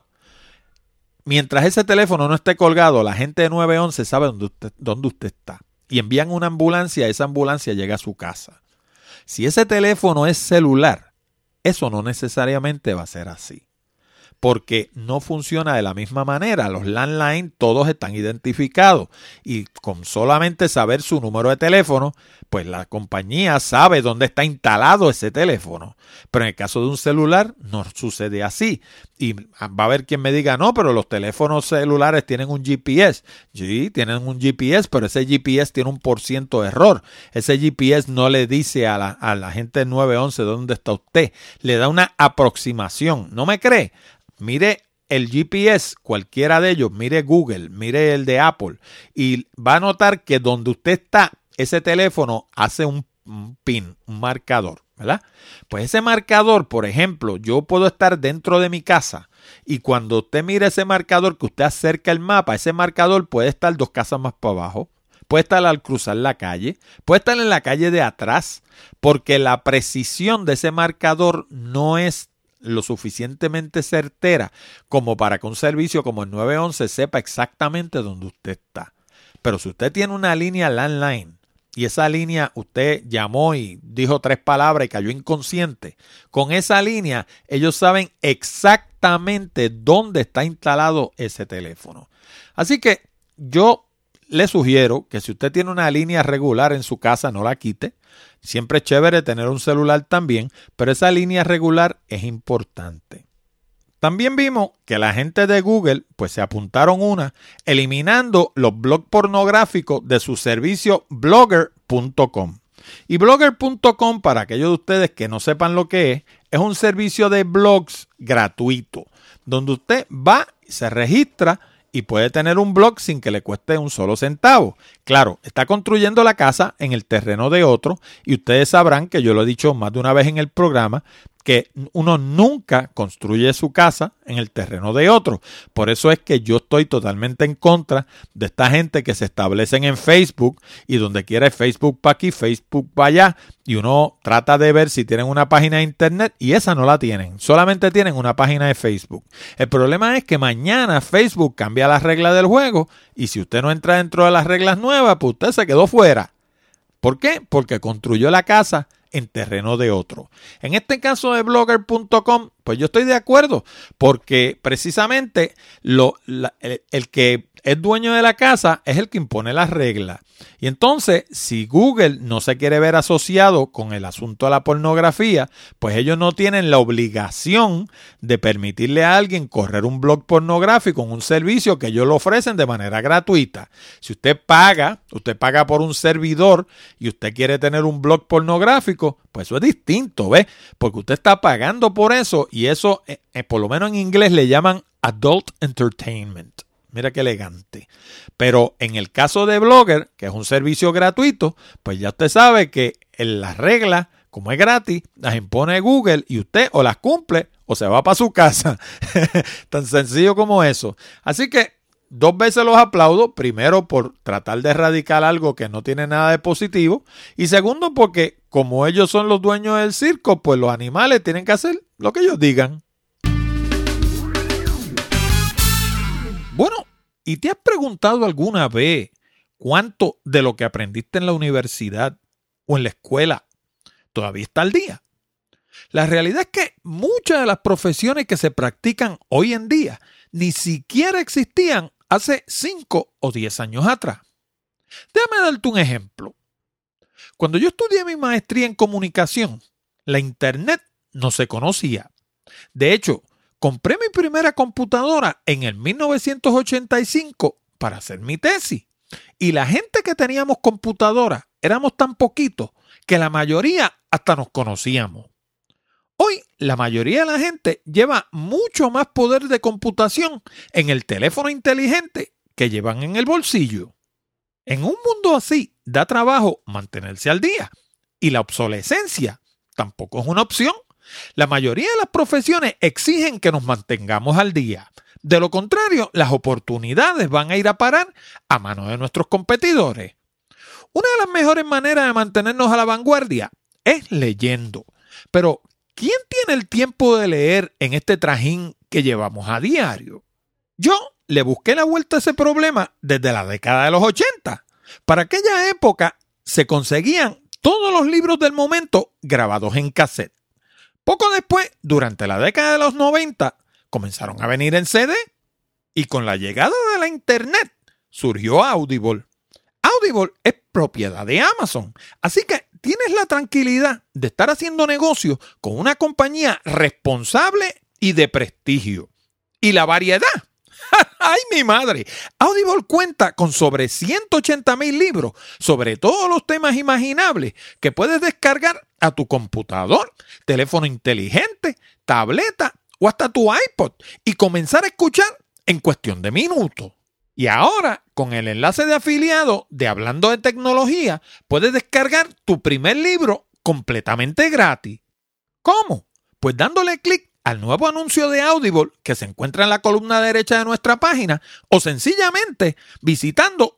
mientras ese teléfono no esté colgado, la gente de 911 sabe dónde usted está y envían una ambulancia. Esa ambulancia llega a su casa. Si ese teléfono es celular, eso no necesariamente va a ser así, porque no funciona de la misma manera. Los landline todos están identificados y con solamente saber su número de teléfono, pues la compañía sabe dónde está instalado ese teléfono. Pero en el caso de un celular no sucede así. Y va a haber quien me diga, no, pero los teléfonos celulares tienen un GPS. Sí, tienen un GPS, pero ese GPS tiene un % de error. Ese GPS no le dice a la gente del 911 dónde está usted. Le da una aproximación. ¿No me cree? Mire el GPS, cualquiera de ellos, mire Google, mire el de Apple, y va a notar que donde usted está, ese teléfono hace un pin, un marcador, ¿verdad? Pues ese marcador, por ejemplo, yo puedo estar dentro de mi casa y cuando usted mire ese marcador, que usted acerca el mapa, ese marcador puede estar 2 casas más para abajo, puede estar al cruzar la calle, puede estar en la calle de atrás, porque la precisión de ese marcador no es lo suficientemente certera como para que un servicio como el 911 sepa exactamente dónde usted está. Pero si usted tiene una línea landline y esa línea usted llamó y dijo 3 palabras y cayó inconsciente, con esa línea ellos saben exactamente dónde está instalado ese teléfono. Así que yo le sugiero que si usted tiene una línea regular en su casa, no la quite. Siempre es chévere tener un celular también, pero esa línea regular es importante. También vimos que la gente de Google pues se apuntaron eliminando los blogs pornográficos de su servicio Blogger.com. Y Blogger.com, para aquellos de ustedes que no sepan lo que es un servicio de blogs gratuito, donde usted va y se registra y puede tener un blog sin que le cueste un solo centavo. Claro, está construyendo la casa en el terreno de otro y ustedes sabrán que yo lo he dicho más de una vez en el programa que uno nunca construye su casa en el terreno de otro. Por eso es que yo estoy totalmente en contra de esta gente que se establecen en Facebook y donde quiera es Facebook para aquí, Facebook para allá, y uno trata de ver si tienen una página de internet y esa no la tienen, solamente tienen una página de Facebook. El problema es que mañana Facebook cambia las reglas del juego y si usted no entra dentro de las reglas nuevas, pues usted se quedó fuera. ¿Por qué? Porque construyó la casa en terreno de otro. En este caso de blogger.com, pues yo estoy de acuerdo, porque precisamente el que es dueño de la casa es el que impone las reglas. Y entonces, si Google no se quiere ver asociado con el asunto de la pornografía, pues ellos no tienen la obligación de permitirle a alguien correr un blog pornográfico en un servicio que ellos lo ofrecen de manera gratuita. Si usted paga por un servidor y usted quiere tener un blog pornográfico, pues eso es distinto, ¿ves? Porque usted está pagando por eso y eso, por lo menos en inglés, le llaman Adult Entertainment. Mira qué elegante. Pero en el caso de Blogger, que es un servicio gratuito, pues ya usted sabe que en las reglas, como es gratis, las impone Google y usted o las cumple o se va para su casa. Tan sencillo como eso. Así que 2 veces los aplaudo. Primero, por tratar de erradicar algo que no tiene nada de positivo. Y segundo, porque como ellos son los dueños del circo, pues los animales tienen que hacer lo que ellos digan. Bueno, ¿y te has preguntado alguna vez cuánto de lo que aprendiste en la universidad o en la escuela todavía está al día? La realidad es que muchas de las profesiones que se practican hoy en día ni siquiera existían hace 5 o 10 años atrás. Déjame darte un ejemplo. Cuando yo estudié mi maestría en comunicación, la internet no se conocía. De hecho, compré mi primera computadora en el 1985 para hacer mi tesis. Y la gente que teníamos computadora éramos tan poquitos que la mayoría hasta nos conocíamos. Hoy la mayoría de la gente lleva mucho más poder de computación en el teléfono inteligente que llevan en el bolsillo. En un mundo así da trabajo mantenerse al día y la obsolescencia tampoco es una opción. La mayoría de las profesiones exigen que nos mantengamos al día. De lo contrario, las oportunidades van a ir a parar a manos de nuestros competidores. Una de las mejores maneras de mantenernos a la vanguardia es leyendo. Pero, ¿quién tiene el tiempo de leer en este trajín que llevamos a diario? Yo le busqué la vuelta a ese problema desde la década de los 80. Para aquella época se conseguían todos los libros del momento grabados en cassette. Poco después, durante la década de los 90, comenzaron a venir en CD y con la llegada de la internet surgió Audible. Audible es propiedad de Amazon, así que tienes la tranquilidad de estar haciendo negocio con una compañía responsable y de prestigio. Y la variedad. ¡Ay, mi madre! Audible cuenta con sobre 180,000 libros sobre todos los temas imaginables que puedes descargar a tu computador, teléfono inteligente, tableta o hasta tu iPod y comenzar a escuchar en cuestión de minutos. Y ahora, con el enlace de afiliado de Hablando de Tecnología, puedes descargar tu primer libro completamente gratis. ¿Cómo? Pues dándole clic al nuevo anuncio de Audible que se encuentra en la columna derecha de nuestra página o sencillamente visitando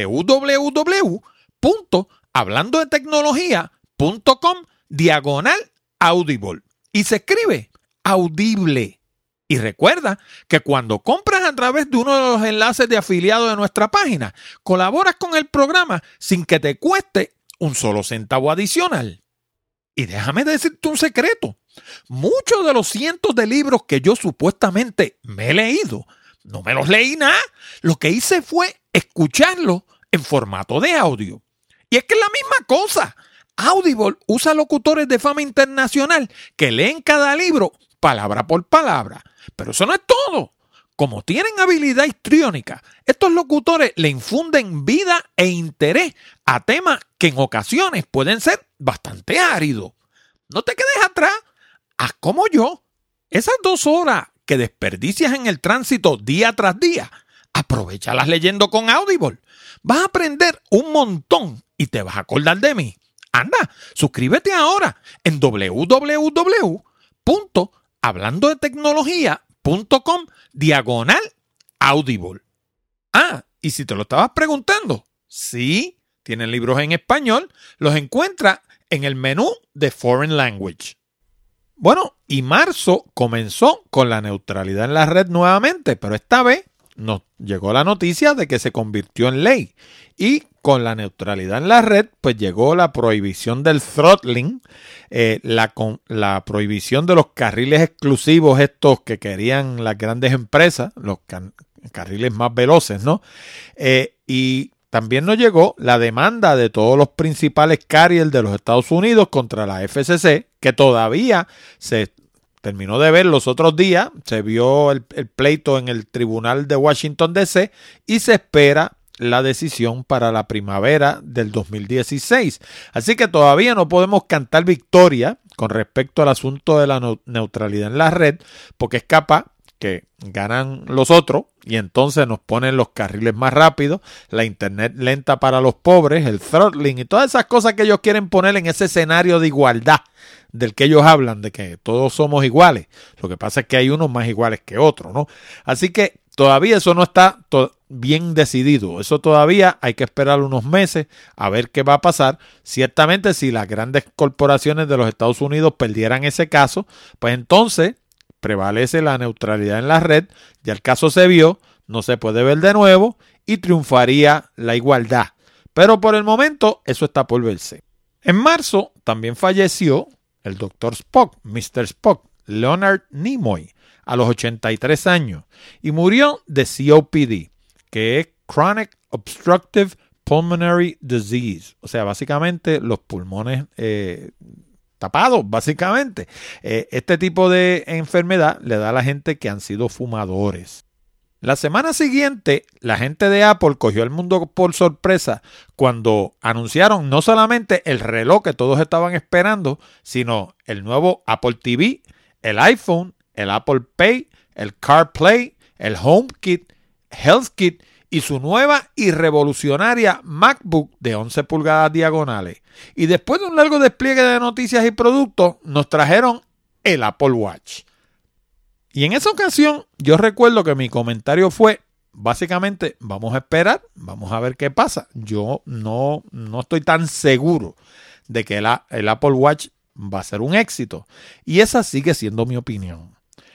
www.hablandodetecnologia.com/Audible y se escribe Audible. Y recuerda que cuando compras a través de uno de los enlaces de afiliado de nuestra página, colaboras con el programa sin que te cueste un solo centavo adicional. Y déjame decirte un secreto. Muchos de los cientos de libros que yo supuestamente me he leído, no me los leí nada. Lo que hice fue escucharlos en formato de audio. Y es que es la misma cosa. Audible usa locutores de fama internacional que leen cada libro palabra por palabra. Pero eso no es todo. Como tienen habilidad histriónica, estos locutores le infunden vida e interés a temas que en ocasiones pueden ser bastante áridos. No te quedes atrás. Haz como yo. Esas 2 horas que desperdicias en el tránsito día tras día, aprovéchalas leyendo con Audible. Vas a aprender un montón y te vas a acordar de mí. Anda, suscríbete ahora en www.hablandodetecnologia.com www.hablandodetecnología.com/audible. Y si te lo estabas preguntando, sí, tienen libros en español, los encuentras en el menú de Foreign Language. Bueno, y marzo comenzó con la neutralidad en la red nuevamente, pero esta vez nos llegó la noticia de que se convirtió en ley. Y con la neutralidad en la red, pues llegó la prohibición del throttling, la prohibición de los carriles exclusivos estos que querían las grandes empresas, los carriles más veloces, ¿no? Y también nos llegó la demanda de todos los principales carriers de los Estados Unidos contra la FCC, que todavía se terminó de ver los otros días, se vio el pleito en el Tribunal de Washington, D.C. y se espera la decisión para la primavera del 2016. Así que todavía no podemos cantar victoria con respecto al asunto de la neutralidad en la red, porque es capaz que ganan los otros y entonces nos ponen los carriles más rápidos, la internet lenta para los pobres, el throttling y todas esas cosas que ellos quieren poner en ese escenario de igualdad del que ellos hablan, de que todos somos iguales. Lo que pasa es que hay unos más iguales que otros, ¿no? Así que todavía eso no está bien decidido. Eso todavía hay que esperar unos meses a ver qué va a pasar. Ciertamente, si las grandes corporaciones de los Estados Unidos perdieran ese caso, pues entonces prevalece la neutralidad en la red. Ya el caso se vio, no se puede ver de nuevo y triunfaría la igualdad. Pero por el momento eso está por verse. En marzo también falleció el Dr. Spock, Mr. Spock, Leonard Nimoy, a los 83 años y murió de COPD, que es Chronic Obstructive Pulmonary Disease. O sea, básicamente los pulmones tapados, básicamente. Este tipo de enfermedad le da a la gente que han sido fumadores. La semana siguiente, la gente de Apple cogió al mundo por sorpresa cuando anunciaron no solamente el reloj que todos estaban esperando, sino el nuevo Apple TV, el iPhone, el Apple Pay, el CarPlay, el HomeKit, HealthKit y su nueva y revolucionaria MacBook de 11 pulgadas diagonales. Y después de un largo despliegue de noticias y productos, nos trajeron el Apple Watch. Y en esa ocasión, yo recuerdo que mi comentario fue, básicamente, vamos a esperar, vamos a ver qué pasa. Yo no estoy tan seguro de que el Apple Watch va a ser un éxito. Y esa sigue siendo mi opinión.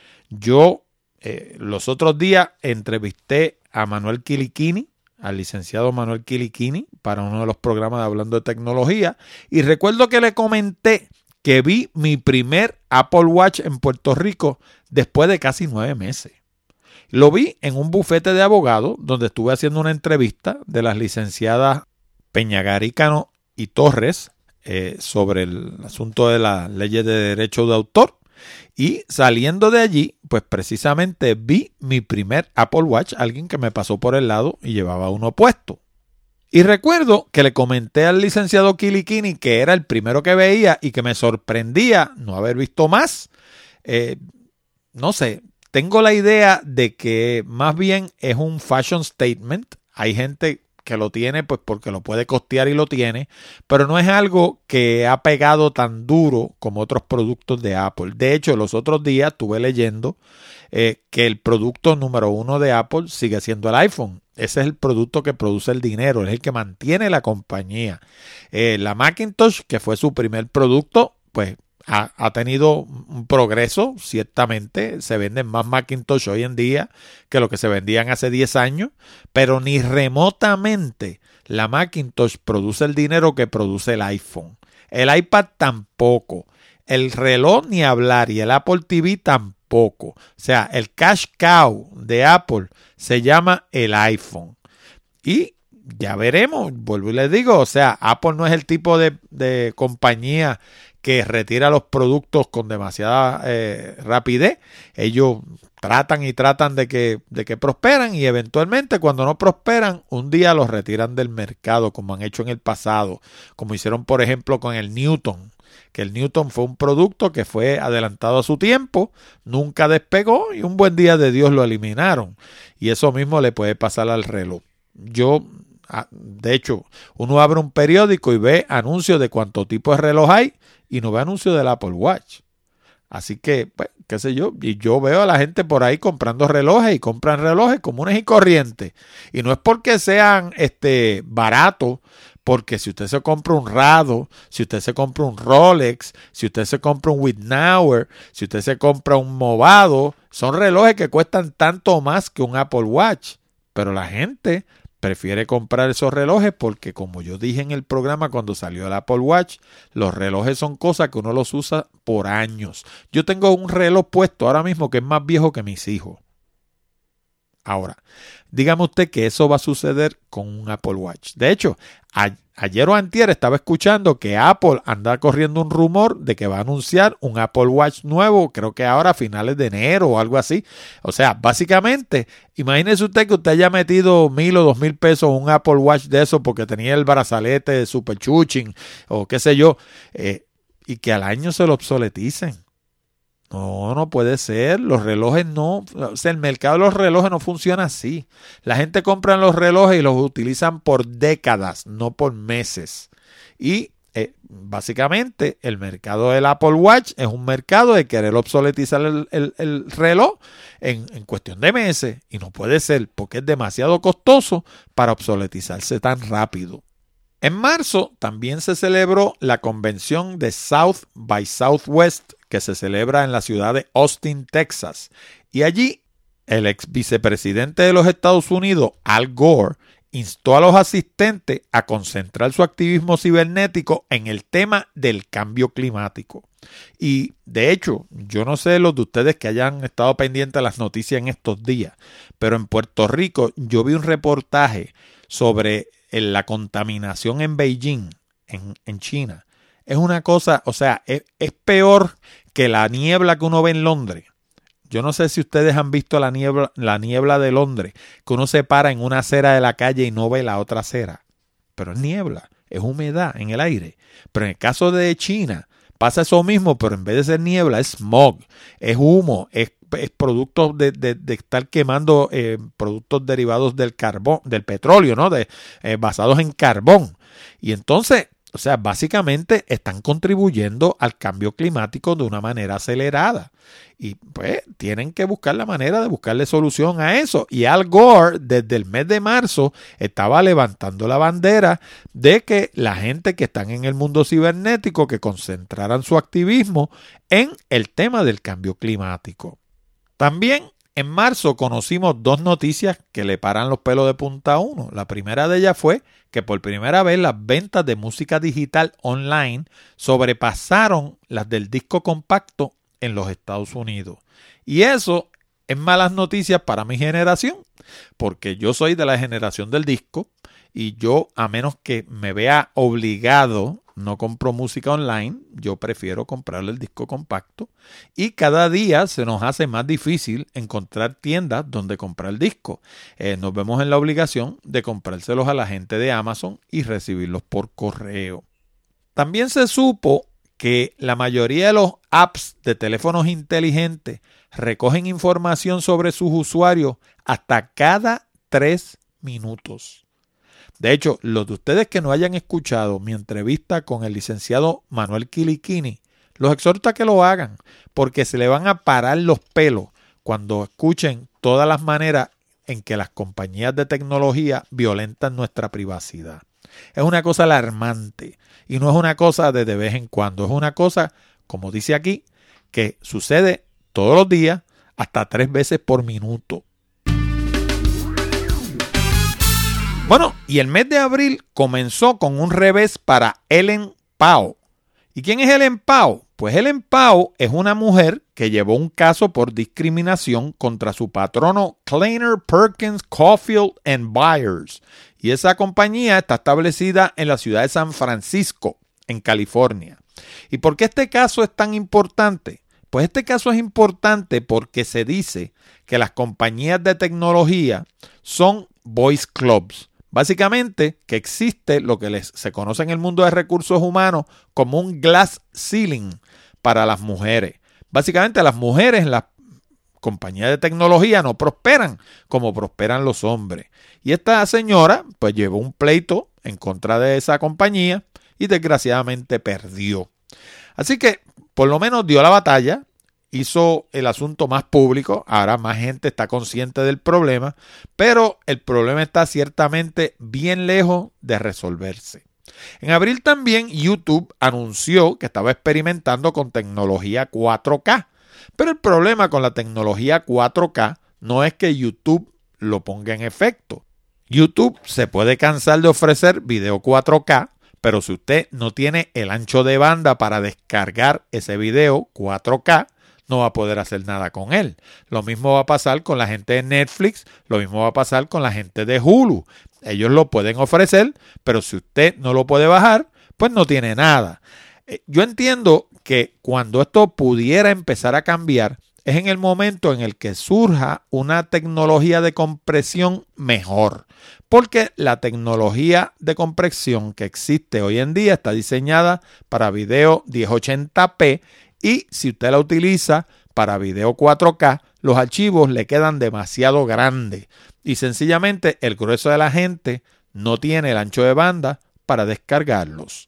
Yo los otros días entrevisté a Manuel Kilichini, al licenciado Manuel Kilichini, para uno de los programas de Hablando de Tecnología, y recuerdo que le comenté que vi mi primer Apple Watch en Puerto Rico después de casi 9 meses. Lo vi en un bufete de abogados donde estuve haciendo una entrevista de las licenciadas Peñagaricano y Torres sobre el asunto de las leyes de derecho de autor. Y saliendo de allí, pues precisamente vi mi primer Apple Watch, alguien que me pasó por el lado y llevaba uno puesto. Y recuerdo que le comenté al licenciado Kilichini que era el primero que veía y que me sorprendía no haber visto más. No sé, tengo la idea de que más bien es un fashion statement. Hay gente que lo tiene pues porque lo puede costear y lo tiene, pero no es algo que ha pegado tan duro como otros productos de Apple. De hecho, los otros días estuve leyendo que el producto número 1 de Apple sigue siendo el iPhone. Ese es el producto que produce el dinero, es el que mantiene la compañía. La Macintosh, que fue su primer producto, pues ha tenido un progreso, ciertamente. Se venden más Macintosh hoy en día que lo que se vendían hace 10 años, pero ni remotamente la Macintosh produce el dinero que produce el iPhone. El iPad tampoco. El reloj ni hablar y el Apple TV tampoco. O sea, el cash cow de Apple se llama el iPhone. Y ya veremos, vuelvo y les digo, o sea, Apple no es el tipo de compañía que retira los productos con demasiada rapidez. Ellos tratan y tratan de que prosperan y eventualmente cuando no prosperan, un día los retiran del mercado como han hecho en el pasado, como hicieron por ejemplo con el Newton, que el Newton fue un producto que fue adelantado a su tiempo, nunca despegó y un buen día de Dios lo eliminaron. Y eso mismo le puede pasar al reloj. De hecho, uno abre un periódico y ve anuncios de cuánto tipo de reloj hay y no ve anuncios del Apple Watch. Así que, pues, qué sé yo, y yo veo a la gente por ahí comprando relojes y compran relojes comunes y corrientes. Y no es porque sean baratos, porque si usted se compra un Rado, si usted se compra un Rolex, si usted se compra un Wittnauer, si usted se compra un Movado, son relojes que cuestan tanto más que un Apple Watch. Pero la gente prefiere comprar esos relojes porque, como yo dije en el programa cuando salió el Apple Watch, los relojes son cosas que uno los usa por años. Yo tengo un reloj puesto ahora mismo que es más viejo que mis hijos. Ahora, dígame usted que eso va a suceder con un Apple Watch. De hecho, ayer o antier estaba escuchando que Apple anda corriendo un rumor de que va a anunciar un Apple Watch nuevo, creo que ahora a finales de enero o algo así. O sea, básicamente, imagínese usted que usted haya metido 1,000 o 2,000 pesos en un Apple Watch de eso porque tenía el brazalete de Super Chuching o qué sé yo, y que al año se lo obsoleticen. No, no puede ser. Los relojes no, o sea, el mercado de los relojes no funciona así. La gente compra los relojes y los utilizan por décadas, no por meses. Y básicamente el mercado del Apple Watch es un mercado de querer obsoletizar el reloj en cuestión de meses. Y no puede ser porque es demasiado costoso para obsoletizarse tan rápido. En marzo también se celebró la convención de South by Southwest que se celebra en la ciudad de Austin, Texas. Y allí el ex vicepresidente de los Estados Unidos, Al Gore, instó a los asistentes a concentrar su activismo cibernético en el tema del cambio climático. Y de hecho, yo no sé los de ustedes que hayan estado pendientes de las noticias en estos días, pero en Puerto Rico yo vi un reportaje sobre la contaminación en Beijing, en China. Es una cosa, o sea, es peor que la niebla que uno ve en Londres. Yo no sé si ustedes han visto la niebla de Londres, que uno se para en una acera de la calle y no ve la otra acera. Pero es niebla, es humedad en el aire. Pero en el caso de China pasa eso mismo, pero en vez de ser niebla es smog, es humo, es producto de estar quemando productos derivados del carbón, del petróleo, ¿no? Basados en carbón. Y entonces, o sea, básicamente están contribuyendo al cambio climático de una manera acelerada. Y pues tienen que buscar la manera de buscarle solución a eso. Y Al Gore, desde el mes de marzo, estaba levantando la bandera de que la gente que están en el mundo cibernético que concentraran su activismo en el tema del cambio climático. También en marzo conocimos dos noticias que le paran los pelos de punta a uno. La primera de ellas fue que por primera vez las ventas de música digital online sobrepasaron las del disco compacto en los Estados Unidos. Y eso es malas noticias para mi generación, porque yo soy de la generación del disco y yo, a menos que me vea obligado, no compro música online, yo prefiero comprarle el disco compacto y cada día se nos hace más difícil encontrar tiendas donde comprar el disco. Nos vemos en la obligación de comprárselos a la gente de Amazon y recibirlos por correo. También se supo que la mayoría de los apps de teléfonos inteligentes recogen información sobre sus usuarios hasta cada 3 minutos. De hecho, los de ustedes que no hayan escuchado mi entrevista con el licenciado Manuel Quiliquini, los exhorto a que lo hagan, porque se le van a parar los pelos cuando escuchen todas las maneras en que las compañías de tecnología violentan nuestra privacidad. Es una cosa alarmante y no es una cosa de vez en cuando, es una cosa, como dice aquí, que sucede todos los días hasta 3 veces por minuto. Bueno, y el mes de abril comenzó con un revés para Ellen Pao. ¿Y quién es Ellen Pao? Pues Ellen Pao es una mujer que llevó un caso por discriminación contra su patrono Kleiner Perkins Caufield and Byers. Y esa compañía está establecida en la ciudad de San Francisco, en California. ¿Y por qué este caso es tan importante? Pues este caso es importante porque se dice que las compañías de tecnología son boys clubs. Básicamente que existe lo que se conoce en el mundo de recursos humanos como un glass ceiling para las mujeres. Básicamente las mujeres en las compañías de tecnología no prosperan como prosperan los hombres. Y esta señora pues llevó un pleito en contra de esa compañía y desgraciadamente perdió. Así que por lo menos dio la batalla, hizo el asunto más público. Ahora más gente está consciente del problema, pero el problema está ciertamente bien lejos de resolverse. En abril también YouTube anunció que estaba experimentando con tecnología 4K, pero el problema con la tecnología 4K no es que YouTube lo ponga en efecto. YouTube se puede cansar de ofrecer video 4K, pero si usted no tiene el ancho de banda para descargar ese video 4K, no va a poder hacer nada con él. Lo mismo va a pasar con la gente de Netflix, lo mismo va a pasar con la gente de Hulu. Ellos lo pueden ofrecer, pero si usted no lo puede bajar, pues no tiene nada. Yo entiendo que cuando esto pudiera empezar a cambiar, es en el momento en el que surja una tecnología de compresión mejor. Porque la tecnología de compresión que existe hoy en día está diseñada para video 1080p y si usted la utiliza para video 4K, los archivos le quedan demasiado grandes y sencillamente el grueso de la gente no tiene el ancho de banda para descargarlos.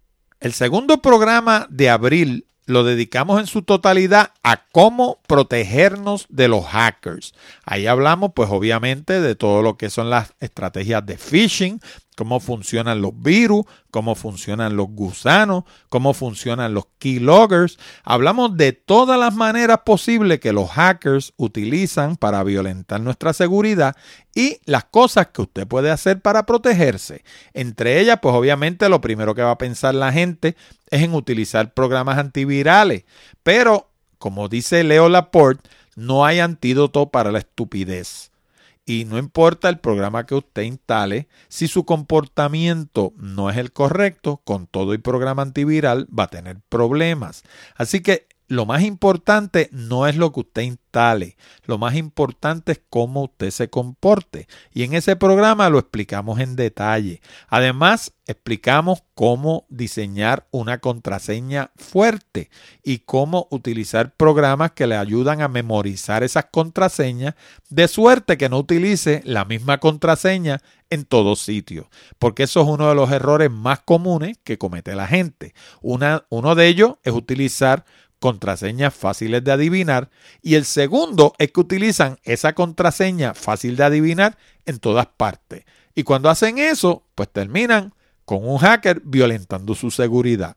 El segundo programa de abril lo dedicamos en su totalidad a cómo protegernos de los hackers. Ahí hablamos, pues obviamente, de todo lo que son las estrategias de phishing, cómo funcionan los virus, cómo funcionan los gusanos, cómo funcionan los keyloggers. Hablamos de todas las maneras posibles que los hackers utilizan para violentar nuestra seguridad y las cosas que usted puede hacer para protegerse. Entre ellas, pues obviamente lo primero que va a pensar la gente es en utilizar programas antivirales. Pero, como dice Leo Laporte, no hay antídoto para la estupidez. Y no importa el programa que usted instale, si su comportamiento no es el correcto, con todo y programa antiviral va a tener problemas. Así que lo más importante no es lo que usted instale, lo más importante es cómo usted se comporte. Y en ese programa lo explicamos en detalle. Además, explicamos cómo diseñar una contraseña fuerte y cómo utilizar programas que le ayudan a memorizar esas contraseñas, de suerte que no utilice la misma contraseña en todo sitio, porque eso es uno de los errores más comunes que comete la gente. Uno de ellos es utilizar contraseñas fáciles de adivinar y el segundo es que utilizan esa contraseña fácil de adivinar en todas partes. Y cuando hacen eso, pues terminan con un hacker violentando su seguridad.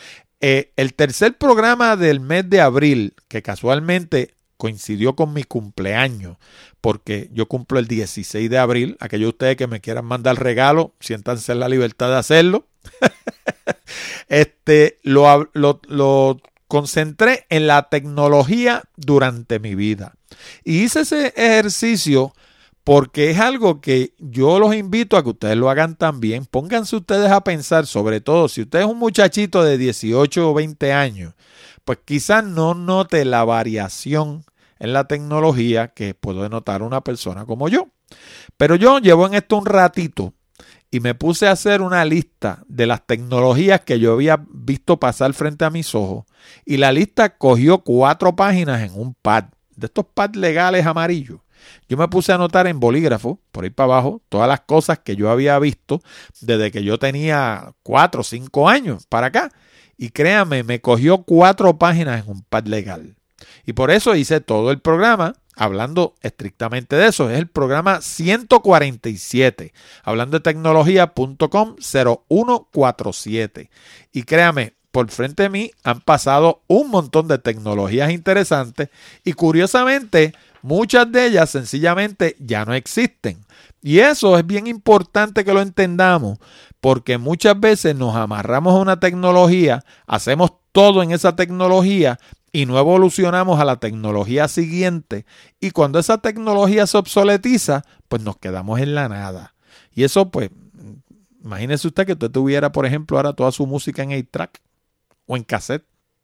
El tercer programa del mes de abril, que casualmente coincidió con mi cumpleaños, porque yo cumplo el 16 de abril. Aquellos de ustedes que me quieran mandar regalo, siéntanse en la libertad de hacerlo. Lo concentré en la tecnología durante mi vida. Y hice ese ejercicio porque es algo que yo los invito a que ustedes lo hagan también. Pónganse ustedes a pensar, sobre todo si usted es un muchachito de 18 o 20 años, pues quizás no note la variación en la tecnología que puede notar una persona como yo. Pero yo llevo en esto un ratito y me puse a hacer una lista de las tecnologías que yo había visto pasar frente a mis ojos. Y la lista cogió 4 páginas en un pad, de estos pads legales amarillos. Yo me puse a anotar en bolígrafo, por ahí para abajo, todas las cosas que yo había visto desde que yo tenía 4 o 5 años para acá. Y créanme, me cogió 4 páginas en un pad legal. Y por eso hice todo el programa hablando estrictamente de eso. Es el programa 147, hablando de tecnología.com 0147. Y créame, por frente de mí han pasado un montón de tecnologías interesantes y curiosamente muchas de ellas sencillamente ya no existen. Y eso es bien importante que lo entendamos, porque muchas veces nos amarramos a una tecnología, hacemos todo en esa tecnología y no evolucionamos a la tecnología siguiente. Y cuando esa tecnología se obsoletiza, pues nos quedamos en la nada. Y eso, pues, imagínese usted que usted tuviera, por ejemplo, ahora toda su música en 8-track o en cassette.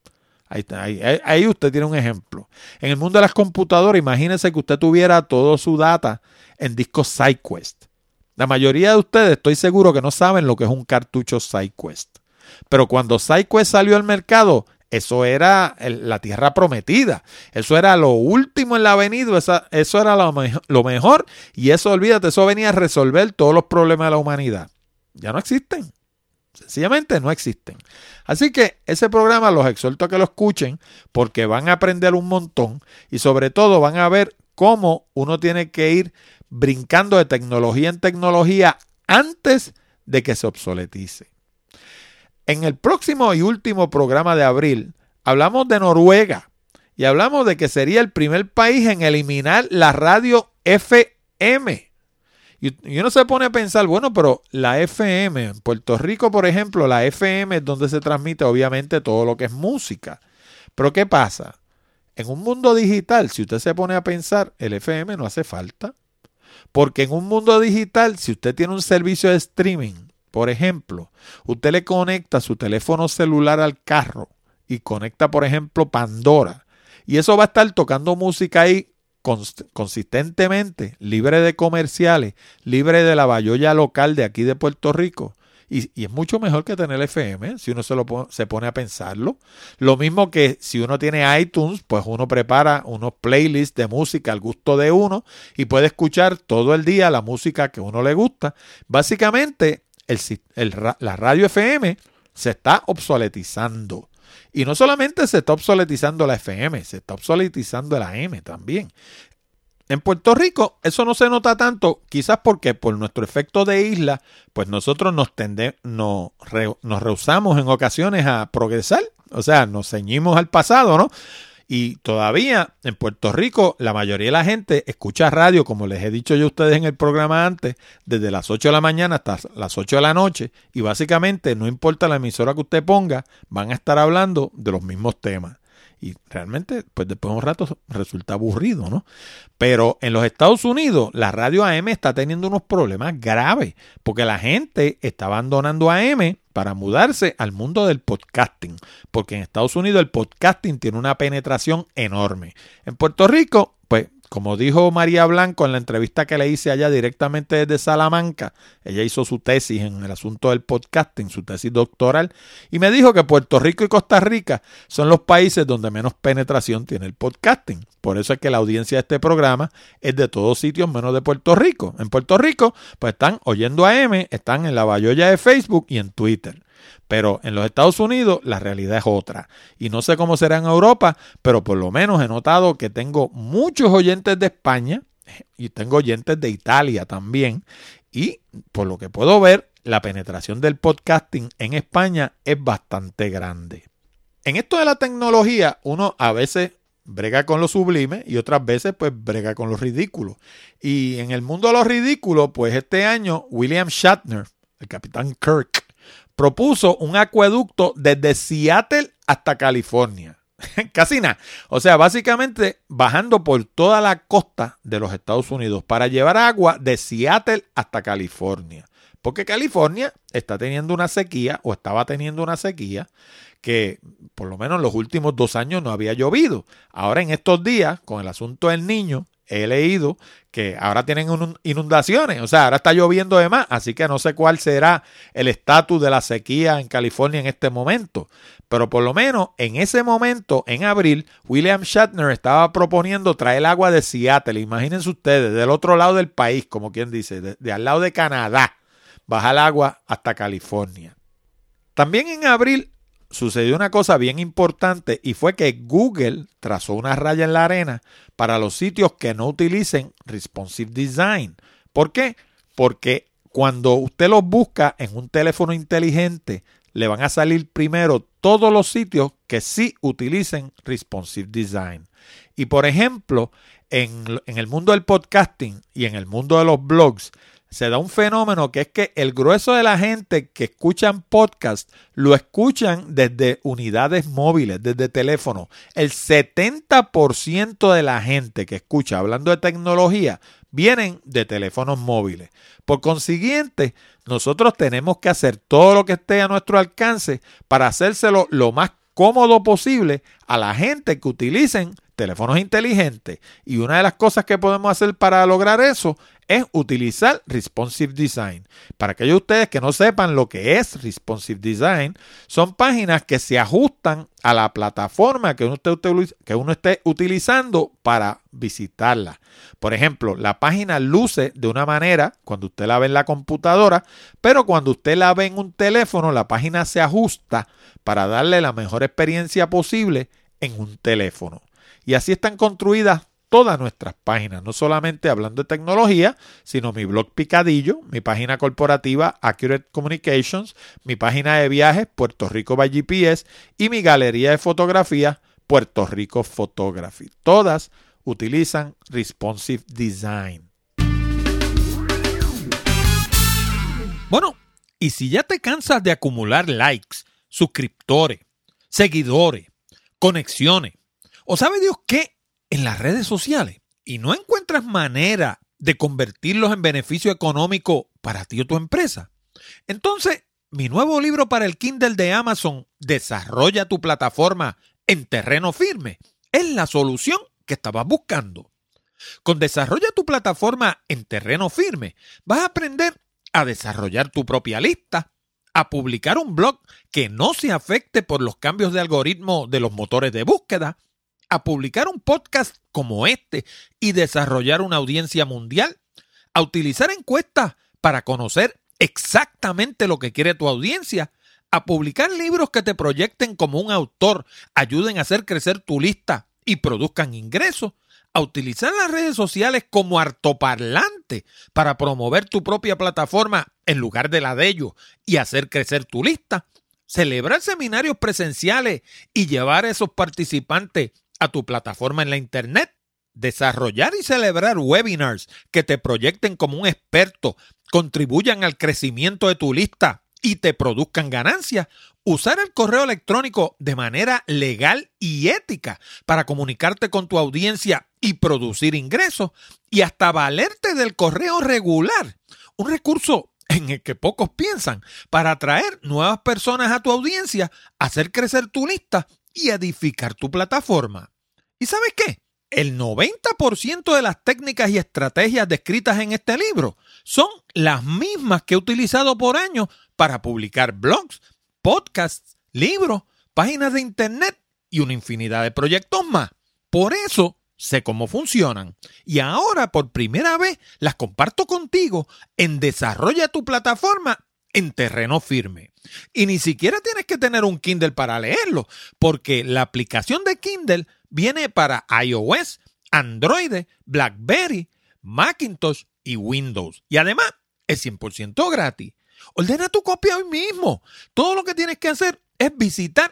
Ahí usted tiene un ejemplo. En el mundo de las computadoras, imagínese que usted tuviera toda su data en discos SideQuest. La mayoría de ustedes estoy seguro que no saben lo que es un cartucho SideQuest. Pero cuando SideQuest salió al mercado, eso era la tierra prometida. Eso era lo último en la avenida. Eso era lo mejor. Y eso, olvídate, eso venía a resolver todos los problemas de la humanidad. Ya no existen. Sencillamente no existen. Así que ese programa los exhorto a que lo escuchen porque van a aprender un montón y sobre todo van a ver cómo uno tiene que ir brincando de tecnología en tecnología antes de que se obsoletice. En el próximo y último programa de abril hablamos de Noruega y hablamos de que sería el primer país en eliminar la radio FM. Y uno se pone a pensar, bueno, pero la FM, en Puerto Rico, por ejemplo, la FM es donde se transmite obviamente todo lo que es música. Pero ¿qué pasa? En un mundo digital, si usted se pone a pensar, el FM no hace falta. Porque en un mundo digital, si usted tiene un servicio de streaming, por ejemplo, usted le conecta su teléfono celular al carro y conecta, por ejemplo, Pandora. Y eso va a estar tocando música ahí consistentemente, libre de comerciales, libre de la bayolla local de aquí de Puerto Rico. Y es mucho mejor que tener FM, si uno se pone a pensarlo. Lo mismo que si uno tiene iTunes, pues uno prepara unos playlists de música al gusto de uno y puede escuchar todo el día la música que a uno le gusta. Básicamente, la radio FM se está obsoletizando. Y no solamente se está obsoletizando la FM, se está obsoletizando la AM también. En Puerto Rico eso no se nota tanto, quizás porque por nuestro efecto de isla, pues nosotros nos rehusamos en ocasiones a progresar, o sea, nos ceñimos al pasado, ¿no? Y todavía en Puerto Rico la mayoría de la gente escucha radio, como les he dicho yo a ustedes en el programa antes, desde las 8 de la mañana hasta las 8 de la noche. Y básicamente no importa la emisora que usted ponga, van a estar hablando de los mismos temas. Y realmente, pues después de un rato resulta aburrido, ¿no? Pero en los Estados Unidos, la radio AM está teniendo unos problemas graves, porque la gente está abandonando AM para mudarse al mundo del podcasting, porque en Estados Unidos el podcasting tiene una penetración enorme. En Puerto Rico, pues, como dijo María Blanco en la entrevista que le hice allá directamente desde Salamanca, ella hizo su tesis en el asunto del podcasting, su tesis doctoral, y me dijo que Puerto Rico y Costa Rica son los países donde menos penetración tiene el podcasting. Por eso es que la audiencia de este programa es de todos sitios menos de Puerto Rico. En Puerto Rico, pues están oyendo AM, están en la bayolla de Facebook y en Twitter. Pero en los Estados Unidos la realidad es otra. Y no sé cómo será en Europa, pero por lo menos he notado que tengo muchos oyentes de España y tengo oyentes de Italia también. Y por lo que puedo ver, la penetración del podcasting en España es bastante grande. En esto de la tecnología, uno a veces brega con lo sublime y otras veces pues brega con lo ridículo. Y en el mundo de lo ridículo, pues este año William Shatner, el Capitán Kirk, propuso un acueducto desde Seattle hasta California. Casi nada. O sea, básicamente bajando por toda la costa de los Estados Unidos para llevar agua de Seattle hasta California. Porque California está teniendo una sequía o estaba teniendo una sequía que por lo menos en los últimos 2 años no había llovido. Ahora en estos días, con el asunto del Niño, he leído que ahora tienen inundaciones, o sea, ahora está lloviendo de más, así que no sé cuál será el estatus de la sequía en California en este momento, pero por lo menos en ese momento, en abril, William Shatner estaba proponiendo traer agua de Seattle, imagínense ustedes, del otro lado del país, como quien dice, de al lado de Canadá, bajar agua hasta California. También en abril sucedió una cosa bien importante y fue que Google trazó una raya en la arena para los sitios que no utilicen Responsive Design. ¿Por qué? Porque cuando usted los busca en un teléfono inteligente, le van a salir primero todos los sitios que sí utilicen Responsive Design. Y por ejemplo, en el mundo del podcasting y en el mundo de los blogs, se da un fenómeno que es que el grueso de la gente que escuchan podcast lo escuchan desde unidades móviles, desde teléfono. El 70% de la gente que escucha hablando de tecnología vienen de teléfonos móviles. Por consiguiente, nosotros tenemos que hacer todo lo que esté a nuestro alcance para hacérselo lo más cómodo posible a la gente que utilicen teléfonos inteligentes. Y una de las cosas que podemos hacer para lograr eso es utilizar Responsive Design. Para aquellos de ustedes que no sepan lo que es Responsive Design, son páginas que se ajustan a la plataforma que uno esté utilizando para visitarla. Por ejemplo, la página luce de una manera cuando usted la ve en la computadora, pero cuando usted la ve en un teléfono, la página se ajusta para darle la mejor experiencia posible en un teléfono. Y así están construidas todas nuestras páginas, no solamente hablando de tecnología, sino mi blog Picadillo, mi página corporativa Accurate Communications, mi página de viajes Puerto Rico by GPS y mi galería de fotografía Puerto Rico Photography. Todas utilizan Responsive Design. Bueno, y si ya te cansas de acumular likes, suscriptores, seguidores, conexiones, o sabe Dios qué, en las redes sociales y no encuentras manera de convertirlos en beneficio económico para ti o tu empresa, entonces mi nuevo libro para el Kindle de Amazon, Desarrolla tu plataforma en terreno firme, es la solución que estabas buscando. Con Desarrolla tu plataforma en terreno firme, vas a aprender a desarrollar tu propia lista, a publicar un blog que no se afecte por los cambios de algoritmo de los motores de búsqueda, a publicar un podcast como este y desarrollar una audiencia mundial, a utilizar encuestas para conocer exactamente lo que quiere tu audiencia, a publicar libros que te proyecten como un autor, ayuden a hacer crecer tu lista y produzcan ingresos, a utilizar las redes sociales como altoparlante para promover tu propia plataforma en lugar de la de ellos y hacer crecer tu lista, celebrar seminarios presenciales y llevar a esos participantes a tu plataforma en la internet, desarrollar y celebrar webinars que te proyecten como un experto, contribuyan al crecimiento de tu lista y te produzcan ganancias, usar el correo electrónico de manera legal y ética para comunicarte con tu audiencia y producir ingresos y hasta valerte del correo regular, un recurso en el que pocos piensan para atraer nuevas personas a tu audiencia, hacer crecer tu lista y edificar tu plataforma. ¿Y sabes qué? El 90% de las técnicas y estrategias descritas en este libro son las mismas que he utilizado por años para publicar blogs, podcasts, libros, páginas de internet y una infinidad de proyectos más. Por eso sé cómo funcionan y ahora por primera vez las comparto contigo en Desarrolla tu plataforma en terreno firme. Y ni siquiera tienes que tener un Kindle para leerlo, porque la aplicación de Kindle viene para iOS, Android, BlackBerry, Macintosh y Windows. Y además es 100% gratis. Ordena tu copia hoy mismo. Todo lo que tienes que hacer es visitar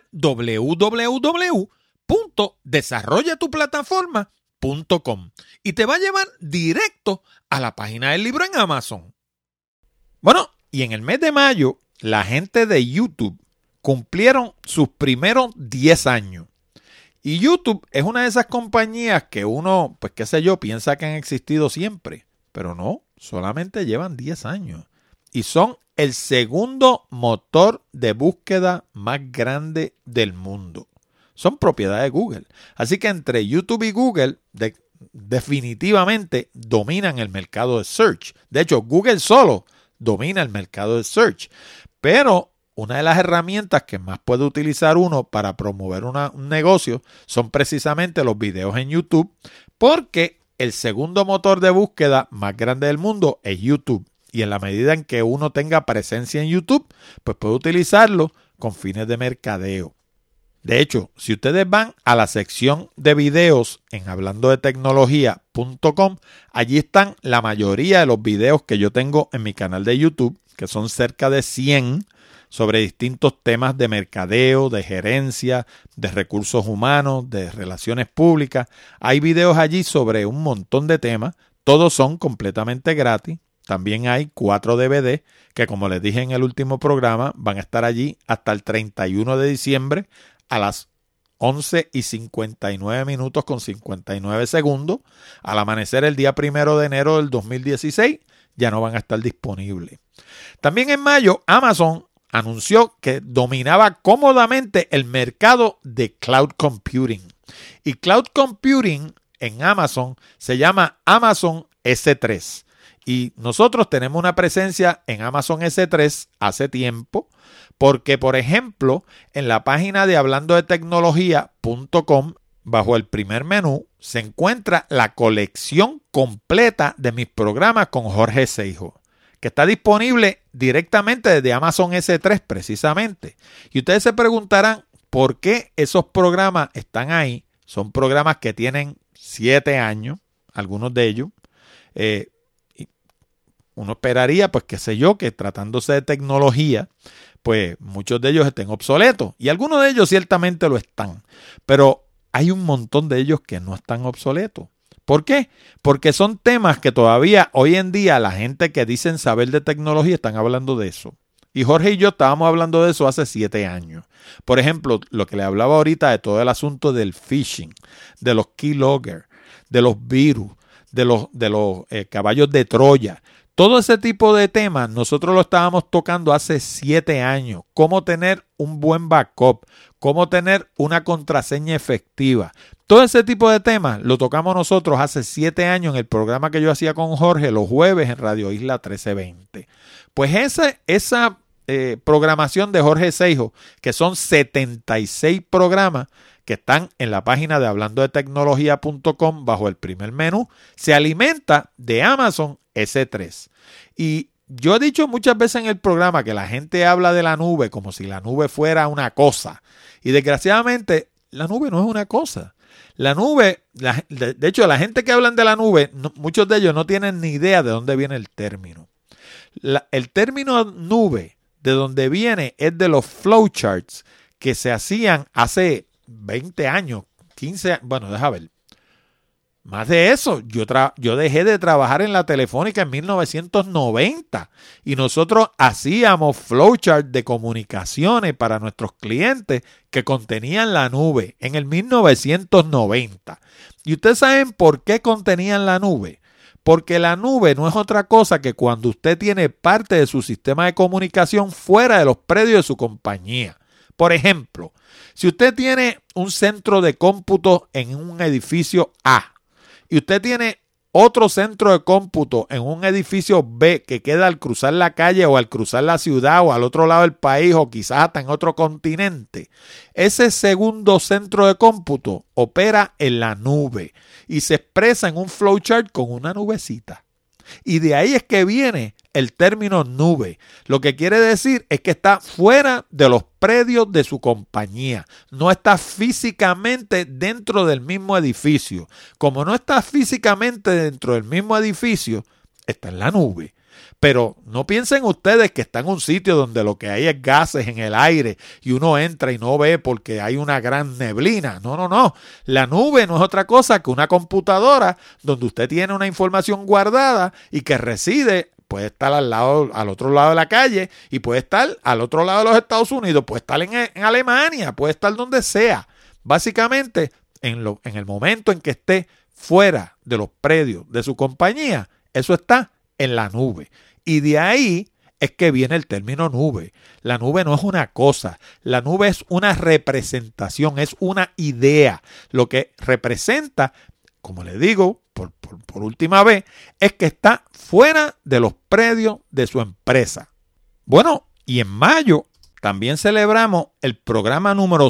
www.desarrollatuplataforma.com y te va a llevar directo a la página del libro en Amazon. Bueno, y en el mes de mayo, la gente de YouTube cumplieron sus primeros 10 años. Y YouTube es una de esas compañías que uno, pues qué sé yo, piensa que han existido siempre. Pero no, solamente llevan 10 años. Y son el segundo motor de búsqueda más grande del mundo. Son propiedad de Google. Así que entre YouTube y Google, definitivamente dominan el mercado de search. De hecho, Google solo domina el mercado de search. Pero una de las herramientas que más puede utilizar uno para promover un negocio son precisamente los videos en YouTube, porque el segundo motor de búsqueda más grande del mundo es YouTube. Y en la medida en que uno tenga presencia en YouTube, pues puede utilizarlo con fines de mercadeo. De hecho, si ustedes van a la sección de videos en hablandodetecnología.com, allí están la mayoría de los videos que yo tengo en mi canal de YouTube, que son cerca de 100, sobre distintos temas de mercadeo, de gerencia, de recursos humanos, de relaciones públicas. Hay videos allí sobre un montón de temas, todos son completamente gratis. También hay 4 DVD que, como les dije en el último programa, van a estar allí hasta el 31 de diciembre a las 11:59 con 59 segundos. Al amanecer el día 1 de enero del 2016 ya no van a estar disponibles. También en mayo, Amazon anunció que dominaba cómodamente el mercado de cloud computing. Y cloud computing en Amazon se llama Amazon S3. Y nosotros tenemos una presencia en Amazon S3 hace tiempo, porque, por ejemplo, en la página de hablandodetecnología.com, bajo el primer menú, se encuentra la colección completa de mis programas con Jorge Seijo, que está disponible directamente desde Amazon S3 precisamente. Y ustedes se preguntarán por qué esos programas están ahí. Son programas que tienen 7 años, algunos de ellos. Uno esperaría, pues qué sé yo, que tratándose de tecnología, pues muchos de ellos estén obsoletos. Y algunos de ellos ciertamente lo están. Pero hay un montón de ellos que no están obsoletos. ¿Por qué? Porque son temas que todavía hoy en día la gente que dicen saber de tecnología están hablando de eso. Y Jorge y yo estábamos hablando de eso hace 7 años. Por ejemplo, lo que le hablaba ahorita de todo el asunto del phishing, de los keylogger, de los virus, de los caballos de Troya. Todo ese tipo de temas nosotros lo estábamos tocando hace 7 años. Cómo tener un buen backup, cómo tener una contraseña efectiva. Todo ese tipo de temas lo tocamos nosotros hace 7 años en el programa que yo hacía con Jorge los jueves en Radio Isla 1320. Pues esa programación de Jorge Seijo, que son 76 programas que están en la página de hablandodetecnología.com bajo el primer menú, se alimenta de Amazon S3. Y yo he dicho muchas veces en el programa que la gente habla de la nube como si la nube fuera una cosa. Y desgraciadamente, la nube no es una cosa. La nube, de hecho, la gente que hablan de la nube, muchos de ellos no tienen ni idea de dónde viene el término. El término nube, de donde viene, es de los flowcharts que se hacían hace 20 años, 15 años, bueno, déjame ver. Más de eso, yo dejé de trabajar en la Telefónica en 1990 y nosotros hacíamos flowchart de comunicaciones para nuestros clientes que contenían la nube en el 1990. ¿Y ustedes saben por qué contenían la nube? Porque la nube no es otra cosa que cuando usted tiene parte de su sistema de comunicación fuera de los predios de su compañía. Por ejemplo, si usted tiene un centro de cómputo en un edificio A, y usted tiene otro centro de cómputo en un edificio B que queda al cruzar la calle o al cruzar la ciudad o al otro lado del país o quizás hasta en otro continente, ese segundo centro de cómputo opera en la nube y se expresa en un flowchart con una nubecita. Y de ahí es que viene el término nube. Lo que quiere decir es que está fuera de los predios de su compañía. No está físicamente dentro del mismo edificio. Como no está físicamente dentro del mismo edificio, está en la nube. Pero no piensen ustedes que está en un sitio donde lo que hay es gases en el aire y uno entra y no ve porque hay una gran neblina. No. La nube no es otra cosa que una computadora donde usted tiene una información guardada y que reside. Puede estar al otro lado de la calle y puede estar al otro lado de los Estados Unidos, puede estar en Alemania, puede estar donde sea. Básicamente, en el momento en que esté fuera de los predios de su compañía, eso está en la nube. Y de ahí es que viene el término nube. La nube no es una cosa, la nube es una representación, es una idea. Lo que representa, como le digo, por última vez, es que está fuera de los predios de su empresa. Bueno, y en mayo también celebramos el programa número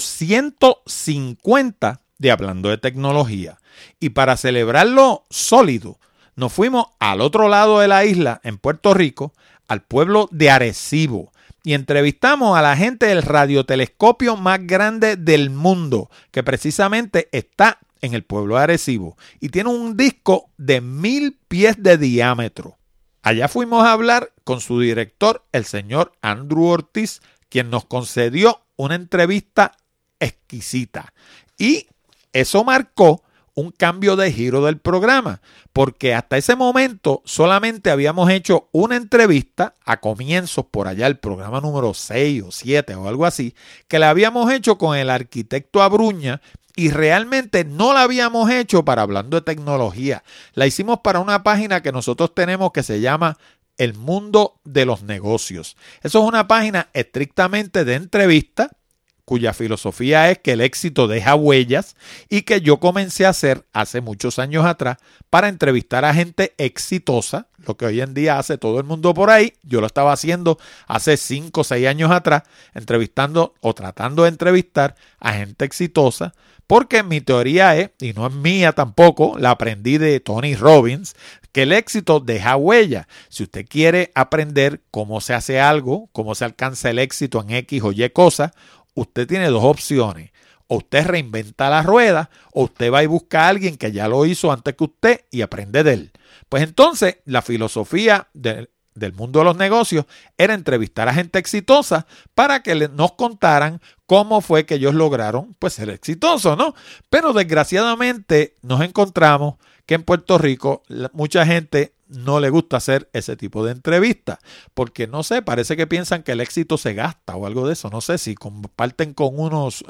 150 de Hablando de Tecnología. Y para celebrarlo sólido, nos fuimos al otro lado de la isla, en Puerto Rico, al pueblo de Arecibo. Y entrevistamos a la gente del radiotelescopio más grande del mundo, que precisamente está en el pueblo de Arecibo y tiene un disco de 1000 pies de diámetro. Allá fuimos a hablar con su director, el señor Andrew Ortiz, quien nos concedió una entrevista exquisita. Y eso marcó un cambio de giro del programa, porque hasta ese momento solamente habíamos hecho una entrevista a comienzos por allá, el programa número 6 o 7 o algo así, que la habíamos hecho con el arquitecto Abruña, y realmente no la habíamos hecho para Hablando de Tecnología. La hicimos para una página que nosotros tenemos que se llama El Mundo de los Negocios. Eso es una página estrictamente de entrevista cuya filosofía es que el éxito deja huellas y que yo comencé a hacer hace muchos años atrás para entrevistar a gente exitosa, lo que hoy en día hace todo el mundo por ahí. Yo lo estaba haciendo hace 5 o 6 años atrás, entrevistando o tratando de entrevistar a gente exitosa, porque mi teoría es, y no es mía tampoco, la aprendí de Tony Robbins, que el éxito deja huella. Si usted quiere aprender cómo se hace algo, cómo se alcanza el éxito en X o Y cosas, usted tiene 2 opciones. O usted reinventa la rueda, o usted va y busca a alguien que ya lo hizo antes que usted y aprende de él. Pues entonces, la filosofía del mundo de los negocios era entrevistar a gente exitosa para que nos contaran cómo fue que ellos lograron pues ser exitosos, ¿no? Pero desgraciadamente nos encontramos que en Puerto Rico mucha gente no le gusta hacer ese tipo de entrevistas, porque no sé, parece que piensan que el éxito se gasta o algo de eso. No sé si comparten con unos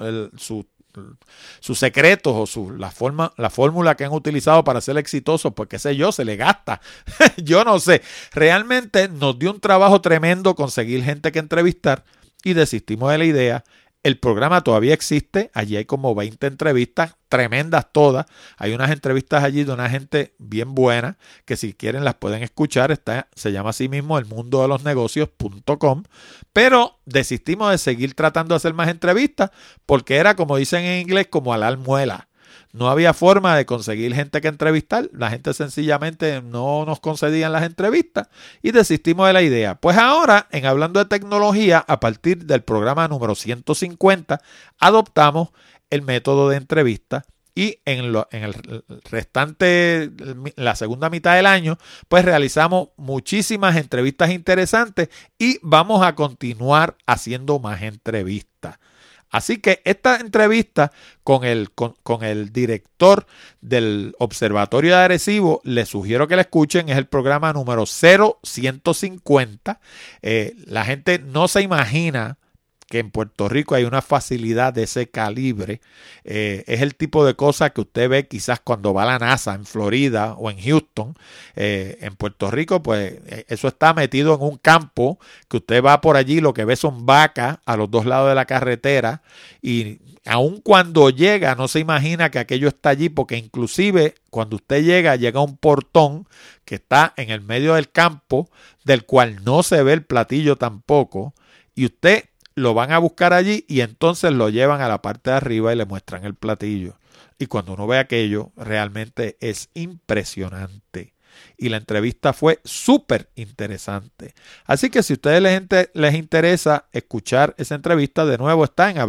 sus secretos o la fórmula que han utilizado para ser exitosos, pues qué sé yo, se le gasta. Yo no sé. Realmente nos dio un trabajo tremendo conseguir gente que entrevistar y desistimos de la idea. El programa todavía existe, allí hay como 20 entrevistas, tremendas todas. Hay unas entrevistas allí de una gente bien buena, que si quieren las pueden escuchar, se llama así mismo elmundodelosnegocios.com, pero desistimos de seguir tratando de hacer más entrevistas, porque era, como dicen en inglés, como alar muela. No había forma de conseguir gente que entrevistar, la gente sencillamente no nos concedían las entrevistas y desistimos de la idea. Pues ahora, en Hablando de Tecnología, a partir del programa número 150, adoptamos el método de entrevista y en el restante, la segunda mitad del año, pues realizamos muchísimas entrevistas interesantes y vamos a continuar haciendo más entrevistas. Así que esta entrevista con el director del Observatorio de Arecibo, les sugiero que la escuchen, es el programa número 0150. La gente no se imagina que en Puerto Rico hay una facilidad de ese calibre. Es el tipo de cosa que usted ve quizás cuando va a la NASA en Florida o en Houston. En Puerto Rico, pues eso está metido en un campo que usted va por allí, lo que ve son vacas a los 2 lados de la carretera y aun cuando llega no se imagina que aquello está allí, porque inclusive cuando usted llega a un portón que está en el medio del campo, del cual no se ve el platillo tampoco, y usted lo van a buscar allí y entonces lo llevan a la parte de arriba y le muestran el platillo. Y cuando uno ve aquello, realmente es impresionante. Y la entrevista fue súper interesante. Así que si a ustedes les interesa escuchar esa entrevista, de nuevo está en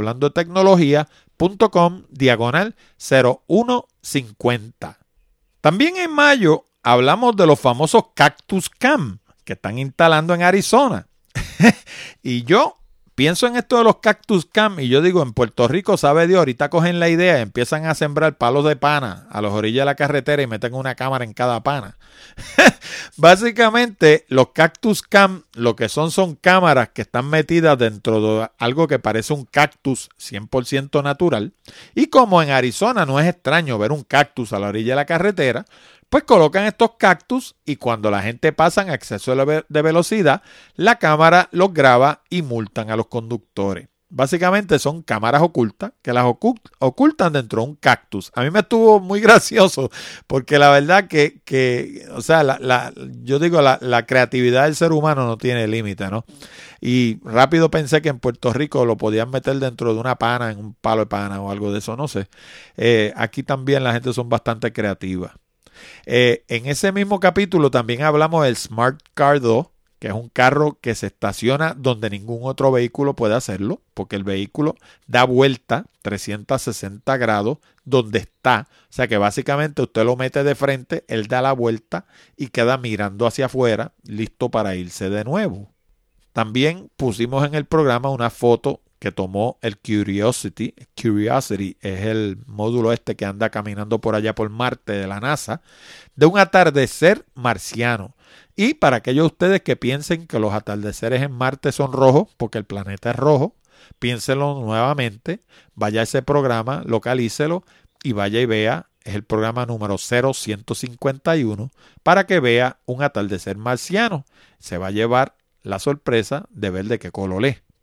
hablandotecnología.com/0150. También en mayo hablamos de los famosos Cactus Cam que están instalando en Arizona. Y yo pienso en esto de los Cactus Cam y yo digo, en Puerto Rico, sabe Dios, ahorita cogen la idea y empiezan a sembrar palos de pana a las orillas de la carretera y meten una cámara en cada pana. Básicamente, los Cactus Cam lo que son cámaras que están metidas dentro de algo que parece un cactus 100% natural. Y como en Arizona no es extraño ver un cactus a la orilla de la carretera, pues colocan estos cactus y cuando la gente pasa en exceso de velocidad, la cámara los graba y multan a los conductores. Básicamente son cámaras ocultas que las ocultan dentro de un cactus. A mí me estuvo muy gracioso porque la verdad que o sea, yo digo, la creatividad del ser humano no tiene límite, ¿no? Y rápido pensé que en Puerto Rico lo podían meter dentro de una pana, en un palo de pana o algo de eso, no sé. Aquí también la gente son bastante creativas. En ese mismo capítulo también hablamos del Smart Car 2, que es un carro que se estaciona donde ningún otro vehículo puede hacerlo, porque el vehículo da vuelta 360 grados donde está. O sea que básicamente usted lo mete de frente, él da la vuelta y queda mirando hacia afuera, listo para irse de nuevo. También pusimos en el programa una foto que tomó el Curiosity. Curiosity es el módulo que anda caminando por allá por Marte de la NASA, de un atardecer marciano. Y para aquellos de ustedes que piensen que los atardeceres en Marte son rojos, porque el planeta es rojo, piénsenlo nuevamente, vaya a ese programa, localícelo y vaya y vea, es el programa número 0151, para que vea un atardecer marciano. Se va a llevar la sorpresa de ver de qué color es,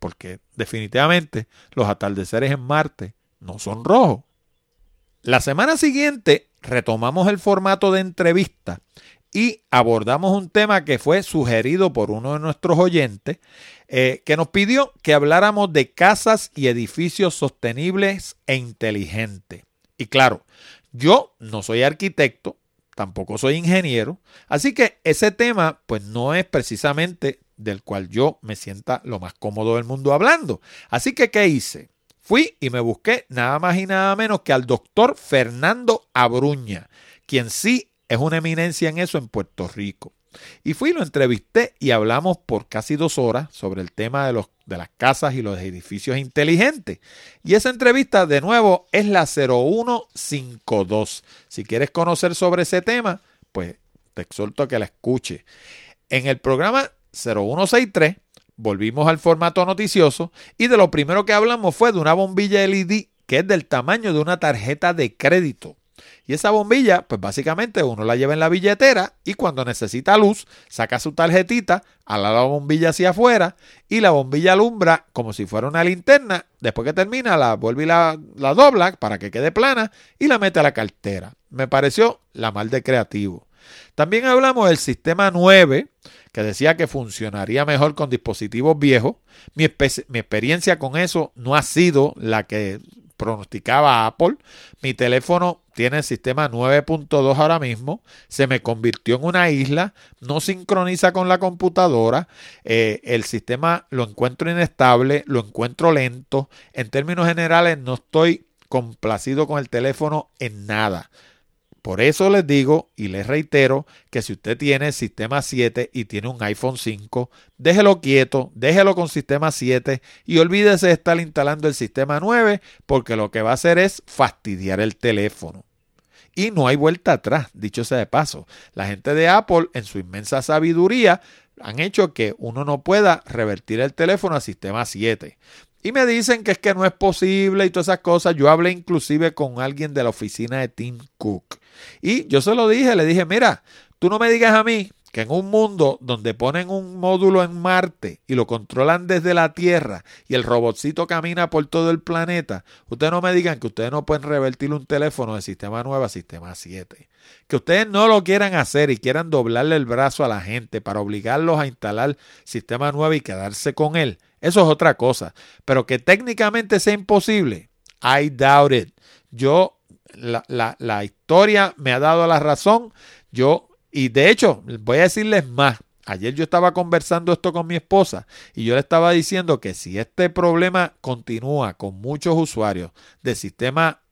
porque definitivamente los atardeceres en Marte no son rojos. La semana siguiente retomamos el formato de entrevista y abordamos un tema que fue sugerido por uno de nuestros oyentes, que nos pidió que habláramos de casas y edificios sostenibles e inteligentes. Y claro, yo no soy arquitecto, tampoco soy ingeniero, así que ese tema pues no es precisamente del cual yo me sienta lo más cómodo del mundo hablando. Así que, ¿qué hice? Fui y me busqué nada más y nada menos que al doctor Fernando Abruña, quien sí es una eminencia en eso en Puerto Rico. Y fui, lo entrevisté y hablamos por casi 2 horas sobre el tema de las casas y los edificios inteligentes. Y esa entrevista, de nuevo, es la 0152. Si quieres conocer sobre ese tema, pues te exhorto a que la escuches. En el programa 0163 volvimos al formato noticioso y de lo primero que hablamos fue de una bombilla LED que es del tamaño de una tarjeta de crédito. Y esa bombilla, pues básicamente uno la lleva en la billetera y cuando necesita luz, saca su tarjetita, ala la bombilla hacia afuera y la bombilla alumbra como si fuera una linterna. Después que termina, la vuelve y la dobla para que quede plana y la mete a la cartera. Me pareció la mal de creativo. También hablamos del sistema 9, que decía que funcionaría mejor con dispositivos viejos. Mi experiencia con eso no ha sido la que pronosticaba Apple. Mi teléfono tiene el sistema 9.2 ahora mismo, se me convirtió en una isla, no sincroniza con la computadora, el sistema lo encuentro inestable, lo encuentro lento. En términos generales no estoy complacido con el teléfono en nada. Por eso les digo y les reitero que si usted tiene el sistema 7 y tiene un iPhone 5, déjelo quieto, déjelo con sistema 7 y olvídese de estar instalando el sistema 9 porque lo que va a hacer es fastidiar el teléfono. Y no hay vuelta atrás, dicho sea de paso. La gente de Apple, en su inmensa sabiduría, han hecho que uno no pueda revertir el teléfono a sistema 7. Y me dicen que es que no es posible y todas esas cosas. Yo hablé inclusive con alguien de la oficina de Tim Cook. Y yo se lo dije, le dije, mira, tú no me digas a mí que en un mundo donde ponen un módulo en Marte y lo controlan desde la Tierra y el robotcito camina por todo el planeta, ustedes no me digan que ustedes no pueden revertir un teléfono de sistema 9 a sistema 7. Que ustedes no lo quieran hacer y quieran doblarle el brazo a la gente para obligarlos a instalar sistema 9 y quedarse con él. Eso es otra cosa. Pero que técnicamente sea imposible, I doubt it. La historia me ha dado la razón. Y de hecho, voy a decirles más. Ayer yo estaba conversando esto con mi esposa y yo le estaba diciendo que si este problema continúa con muchos usuarios de sistema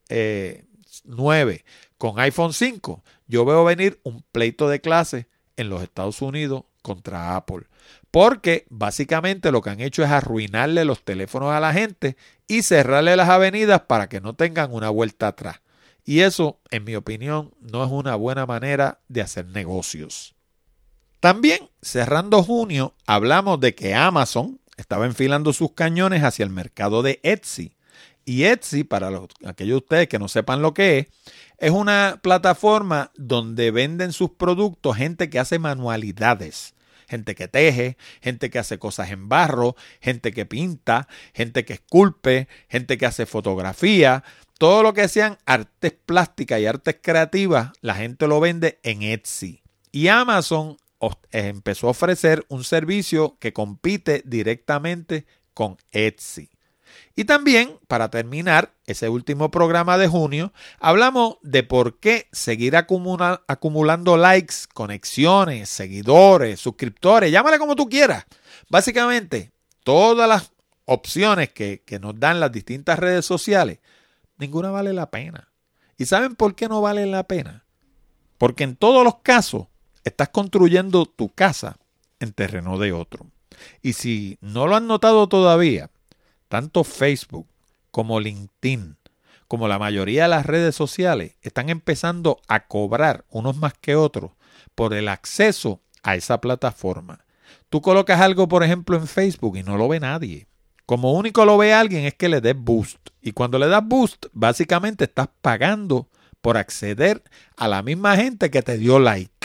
9 con iPhone 5, yo veo venir un pleito de clase en los Estados Unidos contra Apple. Porque básicamente lo que han hecho es arruinarle los teléfonos a la gente y cerrarle las avenidas para que no tengan una vuelta atrás. Y eso, en mi opinión, no es una buena manera de hacer negocios. También, cerrando junio, hablamos de que Amazon estaba enfilando sus cañones hacia el mercado de Etsy. Y Etsy, para aquellos de ustedes que no sepan lo que es una plataforma donde venden sus productos gente que hace manualidades. Gente que teje, gente que hace cosas en barro, gente que pinta, gente que esculpe, gente que hace fotografía. Todo lo que sean artes plásticas y artes creativas, la gente lo vende en Etsy. Y Amazon empezó a ofrecer un servicio que compite directamente con Etsy. Y también, para terminar ese último programa de junio, hablamos de por qué seguir acumulando likes, conexiones, seguidores, suscriptores, llámale como tú quieras. Básicamente, todas las opciones que nos dan las distintas redes sociales, ninguna vale la pena. ¿Y saben por qué no vale la pena? Porque en todos los casos estás construyendo tu casa en terreno de otro. Y si no lo han notado todavía, tanto Facebook como LinkedIn, como la mayoría de las redes sociales, están empezando a cobrar unos más que otros por el acceso a esa plataforma. Tú colocas algo, por ejemplo, en Facebook y no lo ve nadie. Como único lo ve alguien es que le des boost. Y cuando le das boost, básicamente estás pagando por acceder a la misma gente que te dio like.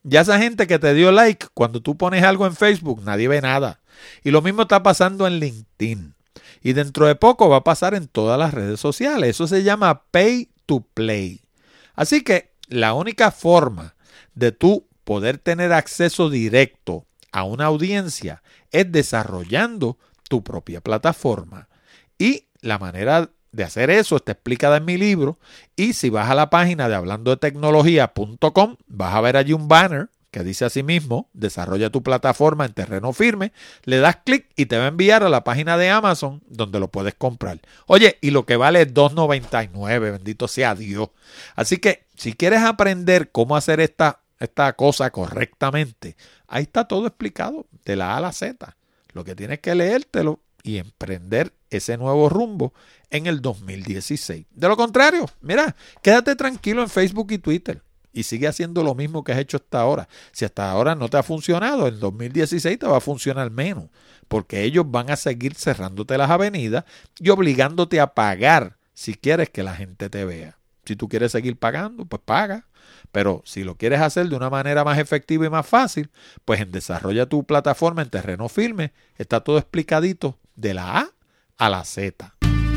Ya esa gente que te dio like, cuando tú pones algo en Facebook, nadie ve nada. Y lo mismo está pasando en LinkedIn. Y dentro de poco va a pasar en todas las redes sociales. Eso se llama pay to play. Así que la única forma de tú poder tener acceso directo a una audiencia es desarrollando tu propia plataforma. Y la manera de hacer eso está explicada en mi libro. Y si vas a la página de hablandodetecnología.com, vas a ver allí un banner que dice así mismo, desarrolla tu plataforma en terreno firme, le das clic y te va a enviar a la página de Amazon donde lo puedes comprar. Oye, y lo que vale es $2.99, bendito sea Dios. Así que si quieres aprender cómo hacer esta cosa correctamente, ahí está todo explicado de la A a la Z. Lo que tienes que leértelo y emprender ese nuevo rumbo en el 2016. De lo contrario, mira, quédate tranquilo en Facebook y Twitter. Y sigue haciendo lo mismo que has hecho hasta ahora. Si hasta ahora no te ha funcionado, en 2016 te va a funcionar menos. Porque ellos van a seguir cerrándote las avenidas y obligándote a pagar si quieres que la gente te vea. Si tú quieres seguir pagando, pues paga. Pero si lo quieres hacer de una manera más efectiva y más fácil, pues en Desarrolla tu plataforma en terreno firme está todo explicadito de la A a la Z.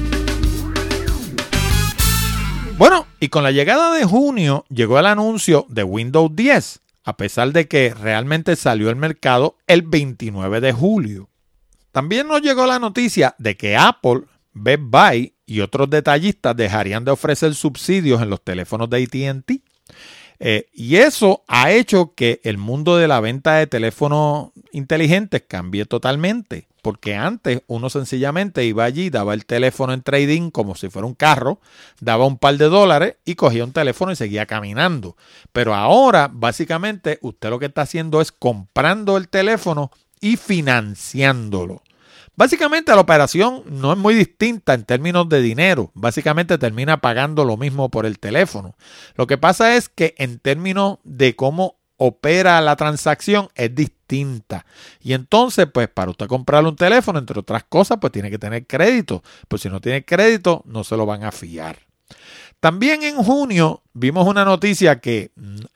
Bueno, y con la llegada de junio llegó el anuncio de Windows 10, a pesar de que realmente salió al mercado el 29 de julio. También nos llegó la noticia de que Apple, Best Buy y otros detallistas dejarían de ofrecer subsidios en los teléfonos de AT&T. Y eso ha hecho que el mundo de la venta de teléfonos inteligentes cambie totalmente. Porque antes uno sencillamente iba allí, daba el teléfono en trading como si fuera un carro, daba un par de dólares y cogía un teléfono y seguía caminando. Pero ahora básicamente usted lo que está haciendo es comprando el teléfono y financiándolo. Básicamente la operación no es muy distinta en términos de dinero. Básicamente termina pagando lo mismo por el teléfono. Lo que pasa es que en términos de cómo opera la transacción es distinta. Y entonces, pues para usted comprar un teléfono, entre otras cosas, pues tiene que tener crédito. Pues si no tiene crédito, no se lo van a fiar. También en junio vimos una noticia que,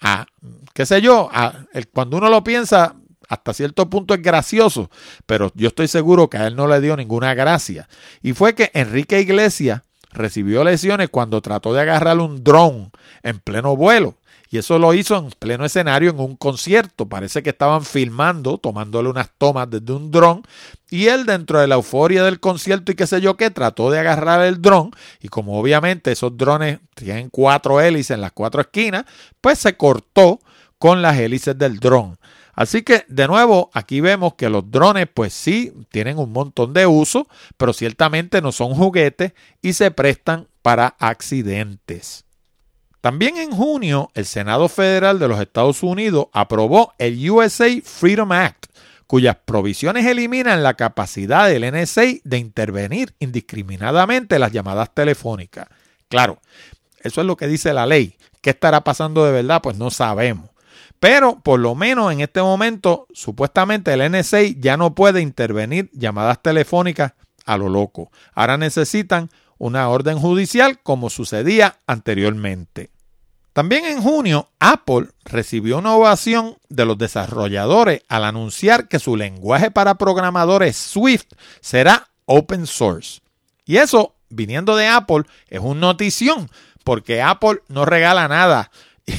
cuando uno lo piensa, hasta cierto punto es gracioso, pero yo estoy seguro que a él no le dio ninguna gracia. Y fue que Enrique Iglesias recibió lesiones cuando trató de agarrar un dron en pleno vuelo. Y eso lo hizo en pleno escenario en un concierto. Parece que estaban filmando, tomándole unas tomas desde un dron. Y él, dentro de la euforia del concierto y qué sé yo qué, trató de agarrar el dron. Y como obviamente esos drones tienen 4 hélices en las 4 esquinas, pues se cortó con las hélices del dron. Así que, de nuevo, aquí vemos que los drones, pues sí, tienen un montón de uso, pero ciertamente no son juguetes y se prestan para accidentes. También en junio, el Senado Federal de los Estados Unidos aprobó el USA Freedom Act, cuyas provisiones eliminan la capacidad del NSA de intervenir indiscriminadamente en las llamadas telefónicas. Claro, eso es lo que dice la ley. ¿Qué estará pasando de verdad? Pues no sabemos. Pero por lo menos en este momento, supuestamente el NSA ya no puede intervenir llamadas telefónicas a lo loco. Ahora necesitan una orden judicial como sucedía anteriormente. También en junio, Apple recibió una ovación de los desarrolladores al anunciar que su lenguaje para programadores Swift será open source. Y eso, viniendo de Apple, es una notición, porque Apple no regala nada.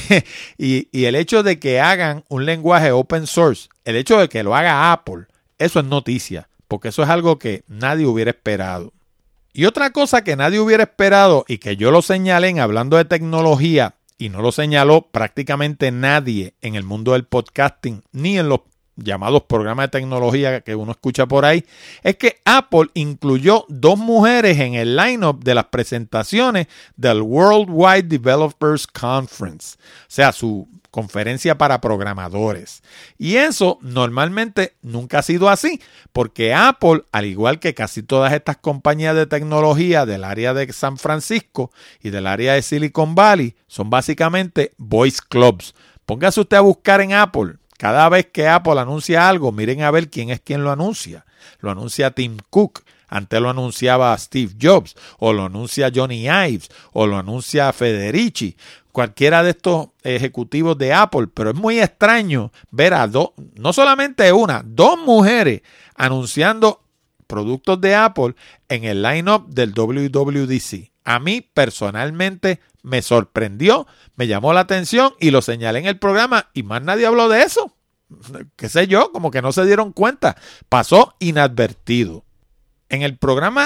y el hecho de que hagan un lenguaje open source, el hecho de que lo haga Apple, eso es noticia, porque eso es algo que nadie hubiera esperado. Y otra cosa que nadie hubiera esperado y que yo lo señalé en Hablando de Tecnología y no lo señaló prácticamente nadie en el mundo del podcasting ni en los llamados programas de tecnología que uno escucha por ahí, es que Apple incluyó 2 mujeres en el line-up de las presentaciones del Worldwide Developers Conference, o sea, su conferencia para programadores. Y eso normalmente nunca ha sido así, porque Apple, al igual que casi todas estas compañías de tecnología del área de San Francisco y del área de Silicon Valley, son básicamente voice clubs. Póngase usted a buscar en Apple. Cada vez que Apple anuncia algo, miren a ver quién es quien lo anuncia. Lo anuncia Tim Cook, Antes lo anunciaba Steve Jobs, o lo anuncia Johnny Ives, o lo anuncia Federici, cualquiera de estos ejecutivos de Apple, pero es muy extraño ver a no solamente dos mujeres anunciando productos de Apple en el line-up del WWDC. A mí personalmente me sorprendió, me llamó la atención y lo señalé en el programa y más nadie habló de eso. Qué sé yo, como que no se dieron cuenta. Pasó inadvertido. En el programa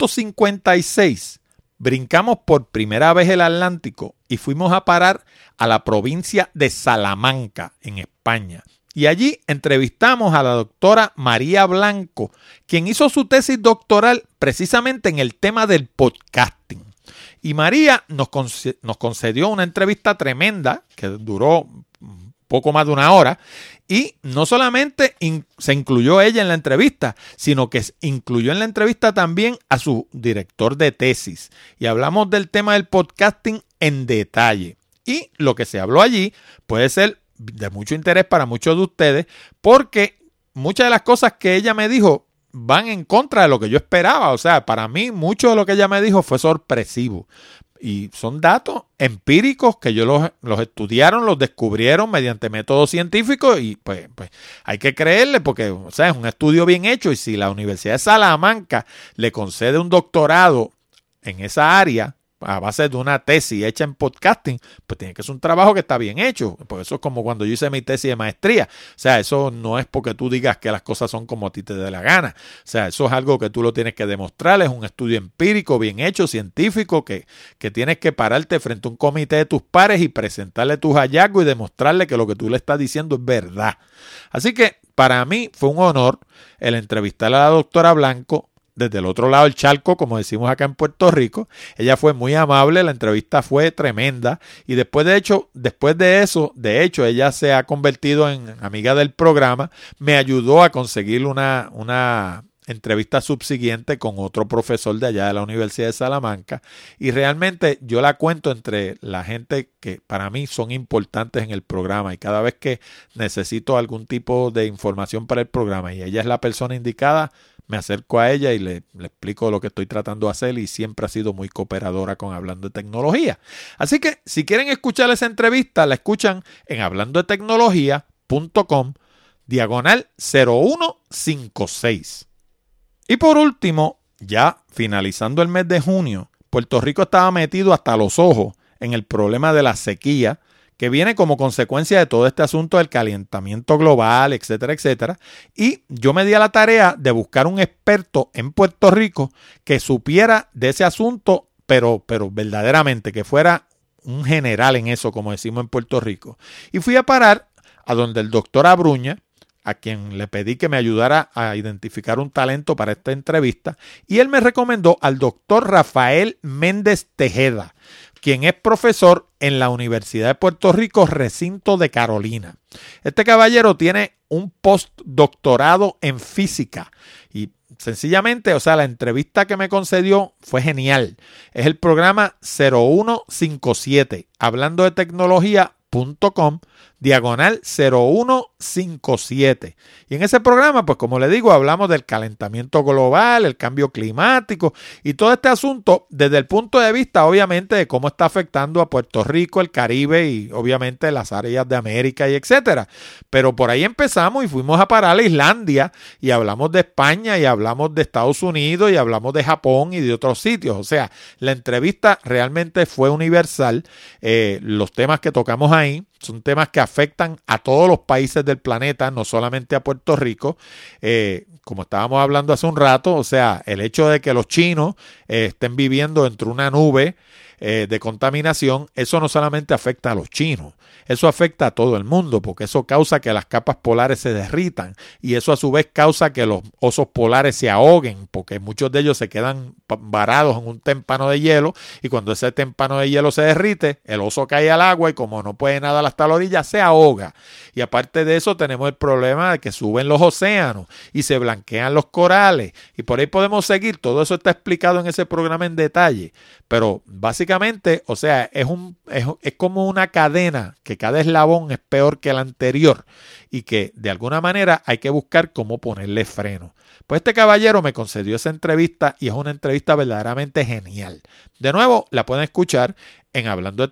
156 brincamos por primera vez el Atlántico y fuimos a parar a la provincia de Salamanca, en España. Y allí entrevistamos a la doctora María Blanco, quien hizo su tesis doctoral precisamente en el tema del podcasting. Y María nos concedió una entrevista tremenda que duró poco más de una hora. Y no solamente se incluyó ella en la entrevista, sino que incluyó en la entrevista también a su director de tesis. Y hablamos del tema del podcasting en detalle. Y lo que se habló allí puede ser de mucho interés para muchos de ustedes, porque muchas de las cosas que ella me dijo van en contra de lo que yo esperaba. O sea, para mí mucho de lo que ella me dijo fue sorpresivo. Y son datos empíricos que ellos los estudiaron, los descubrieron mediante métodos científicos y pues hay que creerle porque, o sea, es un estudio bien hecho y si la Universidad de Salamanca le concede un doctorado en esa área a base de una tesis hecha en podcasting, pues tiene que ser un trabajo que está bien hecho. Por eso es como cuando yo hice mi tesis de maestría. O sea, eso no es porque tú digas que las cosas son como a ti te dé la gana. O sea, eso es algo que tú lo tienes que demostrar. Es un estudio empírico, bien hecho, científico, que tienes que pararte frente a un comité de tus pares y presentarle tus hallazgos y demostrarle que lo que tú le estás diciendo es verdad. Así que para mí fue un honor el entrevistar a la doctora Blanco desde el otro lado del charco, como decimos acá en Puerto Rico. Ella fue muy amable, la entrevista fue tremenda y después de hecho, ella se ha convertido en amiga del programa, me ayudó a conseguir una entrevista subsiguiente con otro profesor de allá de la Universidad de Salamanca y realmente yo la cuento entre la gente que para mí son importantes en el programa y cada vez que necesito algún tipo de información para el programa y ella es la persona indicada, me acerco a ella y le explico lo que estoy tratando de hacer y siempre ha sido muy cooperadora con Hablando de Tecnología. Así que si quieren escuchar esa entrevista, la escuchan en hablandodetecnología.com/0156. Y por último, ya finalizando el mes de junio, Puerto Rico estaba metido hasta los ojos en el problema de la sequía que viene como consecuencia de todo este asunto del calentamiento global, etcétera, etcétera. Y yo me di a la tarea de buscar un experto en Puerto Rico que supiera de ese asunto, pero verdaderamente, que fuera un general en eso, como decimos en Puerto Rico. Y fui a parar a donde el doctor Abruña, a quien le pedí que me ayudara a identificar un talento para esta entrevista, y él me recomendó al doctor Rafael Méndez Tejeda, quien es profesor en la Universidad de Puerto Rico, recinto de Carolina. Este caballero tiene un postdoctorado en física y sencillamente, o sea, la entrevista que me concedió fue genial. Es el programa 0157, hablando de tecnología.com/0157. Y en ese programa, pues como le digo, hablamos del calentamiento global, el cambio climático y todo este asunto desde el punto de vista, obviamente, de cómo está afectando a Puerto Rico, el Caribe y obviamente las áreas de América y etcétera. Pero por ahí empezamos y fuimos a parar a Islandia y hablamos de España y hablamos de Estados Unidos y hablamos de Japón y de otros sitios. O sea, la entrevista realmente fue universal. Los temas que tocamos ahí son temas que afectan a todos los países del planeta, no solamente a Puerto Rico. Como estábamos hablando hace un rato, o sea, el hecho de que los chinos estén viviendo entre una nube de contaminación, eso no solamente afecta a los chinos, eso afecta a todo el mundo, porque eso causa que las capas polares se derritan y eso a su vez causa que los osos polares se ahoguen, porque muchos de ellos se quedan varados en un témpano de hielo y cuando ese témpano de hielo se derrite, el oso cae al agua y como no puede nadar hasta la orilla se ahoga. Y aparte de eso tenemos el problema de que suben los océanos y se blanquean los corales. Y por ahí podemos seguir. Todo eso está explicado en ese programa en detalle. Pero básicamente, o sea, es como una cadena que cada eslabón es peor que el anterior y que de alguna manera hay que buscar cómo ponerle freno. Pues este caballero me concedió esa entrevista y es una entrevista verdaderamente genial. De nuevo, la pueden escuchar en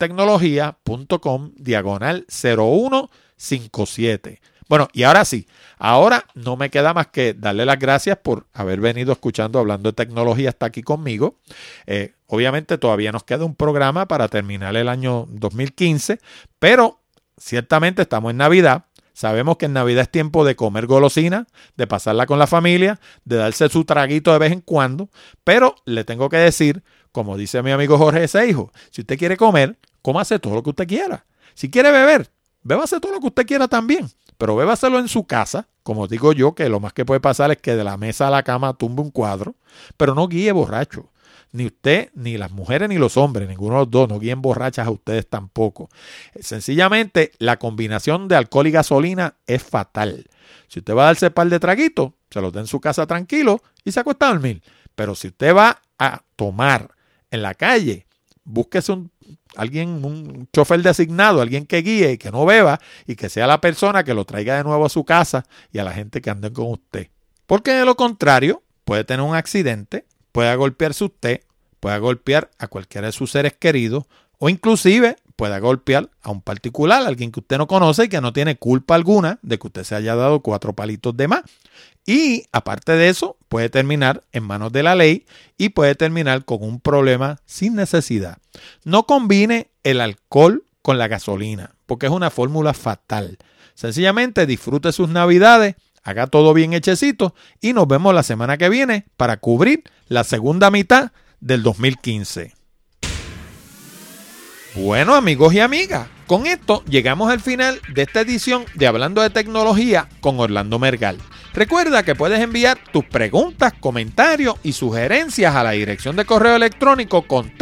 hablandodetecnología.com/0157. Bueno, y ahora sí, ahora no me queda más que darle las gracias por haber venido escuchando Hablando de Tecnología hasta aquí conmigo. Obviamente todavía nos queda un programa para terminar el año 2015, pero ciertamente estamos en Navidad. Sabemos que en Navidad es tiempo de comer golosina, de pasarla con la familia, de darse su traguito de vez en cuando, pero le tengo que decir, como dice mi amigo Jorge Seijo, si usted quiere comer, cómase todo lo que usted quiera. Si quiere beber, bébase todo lo que usted quiera también, pero bébaselo en su casa, como digo yo, que lo más que puede pasar es que de la mesa a la cama tumbe un cuadro, pero no guíe borracho. Ni usted, ni las mujeres, ni los hombres, ninguno de los dos, no guíen borrachas a ustedes tampoco. Sencillamente, la combinación de alcohol y gasolina es fatal. Si usted va a darse un par de traguitos, se los da en su casa tranquilo y se acuesta a dormir. Pero si usted va a tomar en la calle, búsquese un chofer designado, alguien que guíe y que no beba y que sea la persona que lo traiga de nuevo a su casa y a la gente que ande con usted. Porque de lo contrario, puede tener un accidente, puede golpearse usted, puede golpear a cualquiera de sus seres queridos o inclusive puede golpear a un particular, alguien que usted no conoce y que no tiene culpa alguna de que usted se haya dado 4 palitos de más. Y aparte de eso, puede terminar en manos de la ley y puede terminar con un problema sin necesidad. No combine el alcohol con la gasolina porque es una fórmula fatal. Sencillamente disfrute sus navidades, haga todo bien hechecito y nos vemos la semana que viene para cubrir la segunda mitad del 2015. Bueno, amigos y amigas, con esto llegamos al final de esta edición de Hablando de Tecnología con Orlando Mergal. Recuerda que puedes enviar tus preguntas, comentarios y sugerencias a la dirección de correo electrónico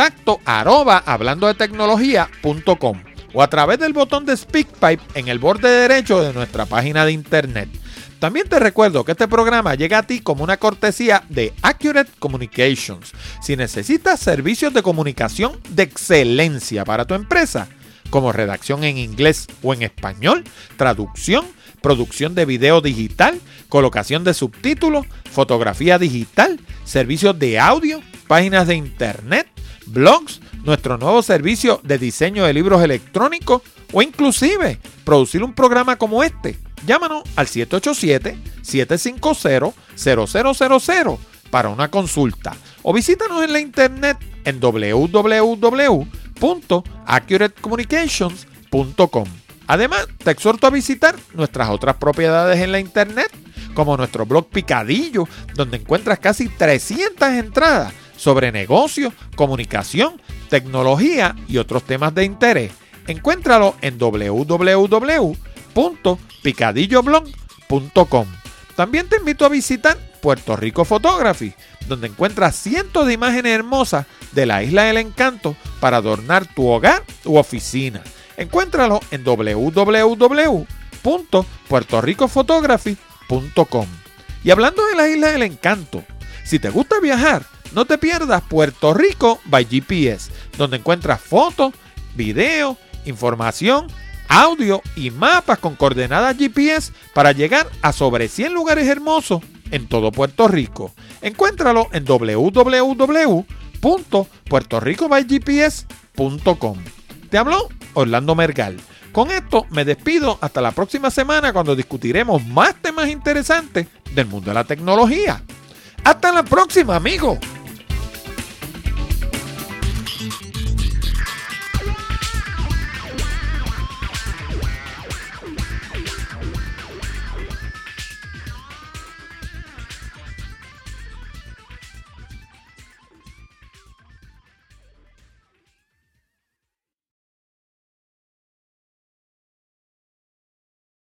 contacto@hablandodetecnología.com o a través del botón de SpeakPipe en el borde derecho de nuestra página de internet. También te recuerdo que este programa llega a ti como una cortesía de Accurate Communications. Si necesitas servicios de comunicación de excelencia para tu empresa, como redacción en inglés o en español, traducción, producción de video digital, colocación de subtítulos, fotografía digital, servicios de audio, páginas de internet, blogs, nuestro nuevo servicio de diseño de libros electrónicos o inclusive producir un programa como este, llámanos al 787-750-0000 para una consulta o visítanos en la internet en www.accuratecommunications.com. Además, te exhorto a visitar nuestras otras propiedades en la internet, como nuestro blog Picadillo, donde encuentras casi 300 entradas sobre negocios, comunicación, tecnología y otros temas de interés. Encuéntralo en www.picadilloblog.com. También te invito a visitar Puerto Rico Photography, donde encuentras cientos de imágenes hermosas de la Isla del Encanto para adornar tu hogar u oficina. Encuéntralo en www.puertoricophotography.com. Y hablando de la Isla del Encanto, si te gusta viajar, no te pierdas Puerto Rico by GPS, donde encuentras fotos, videos, información, audio y mapas con coordenadas GPS para llegar a sobre 100 lugares hermosos en todo Puerto Rico. Encuéntralo en www.puertoricobygps.com. Te habló Orlando Mergal. Con esto me despido hasta la próxima semana cuando discutiremos más temas interesantes del mundo de la tecnología. ¡Hasta la próxima, amigos!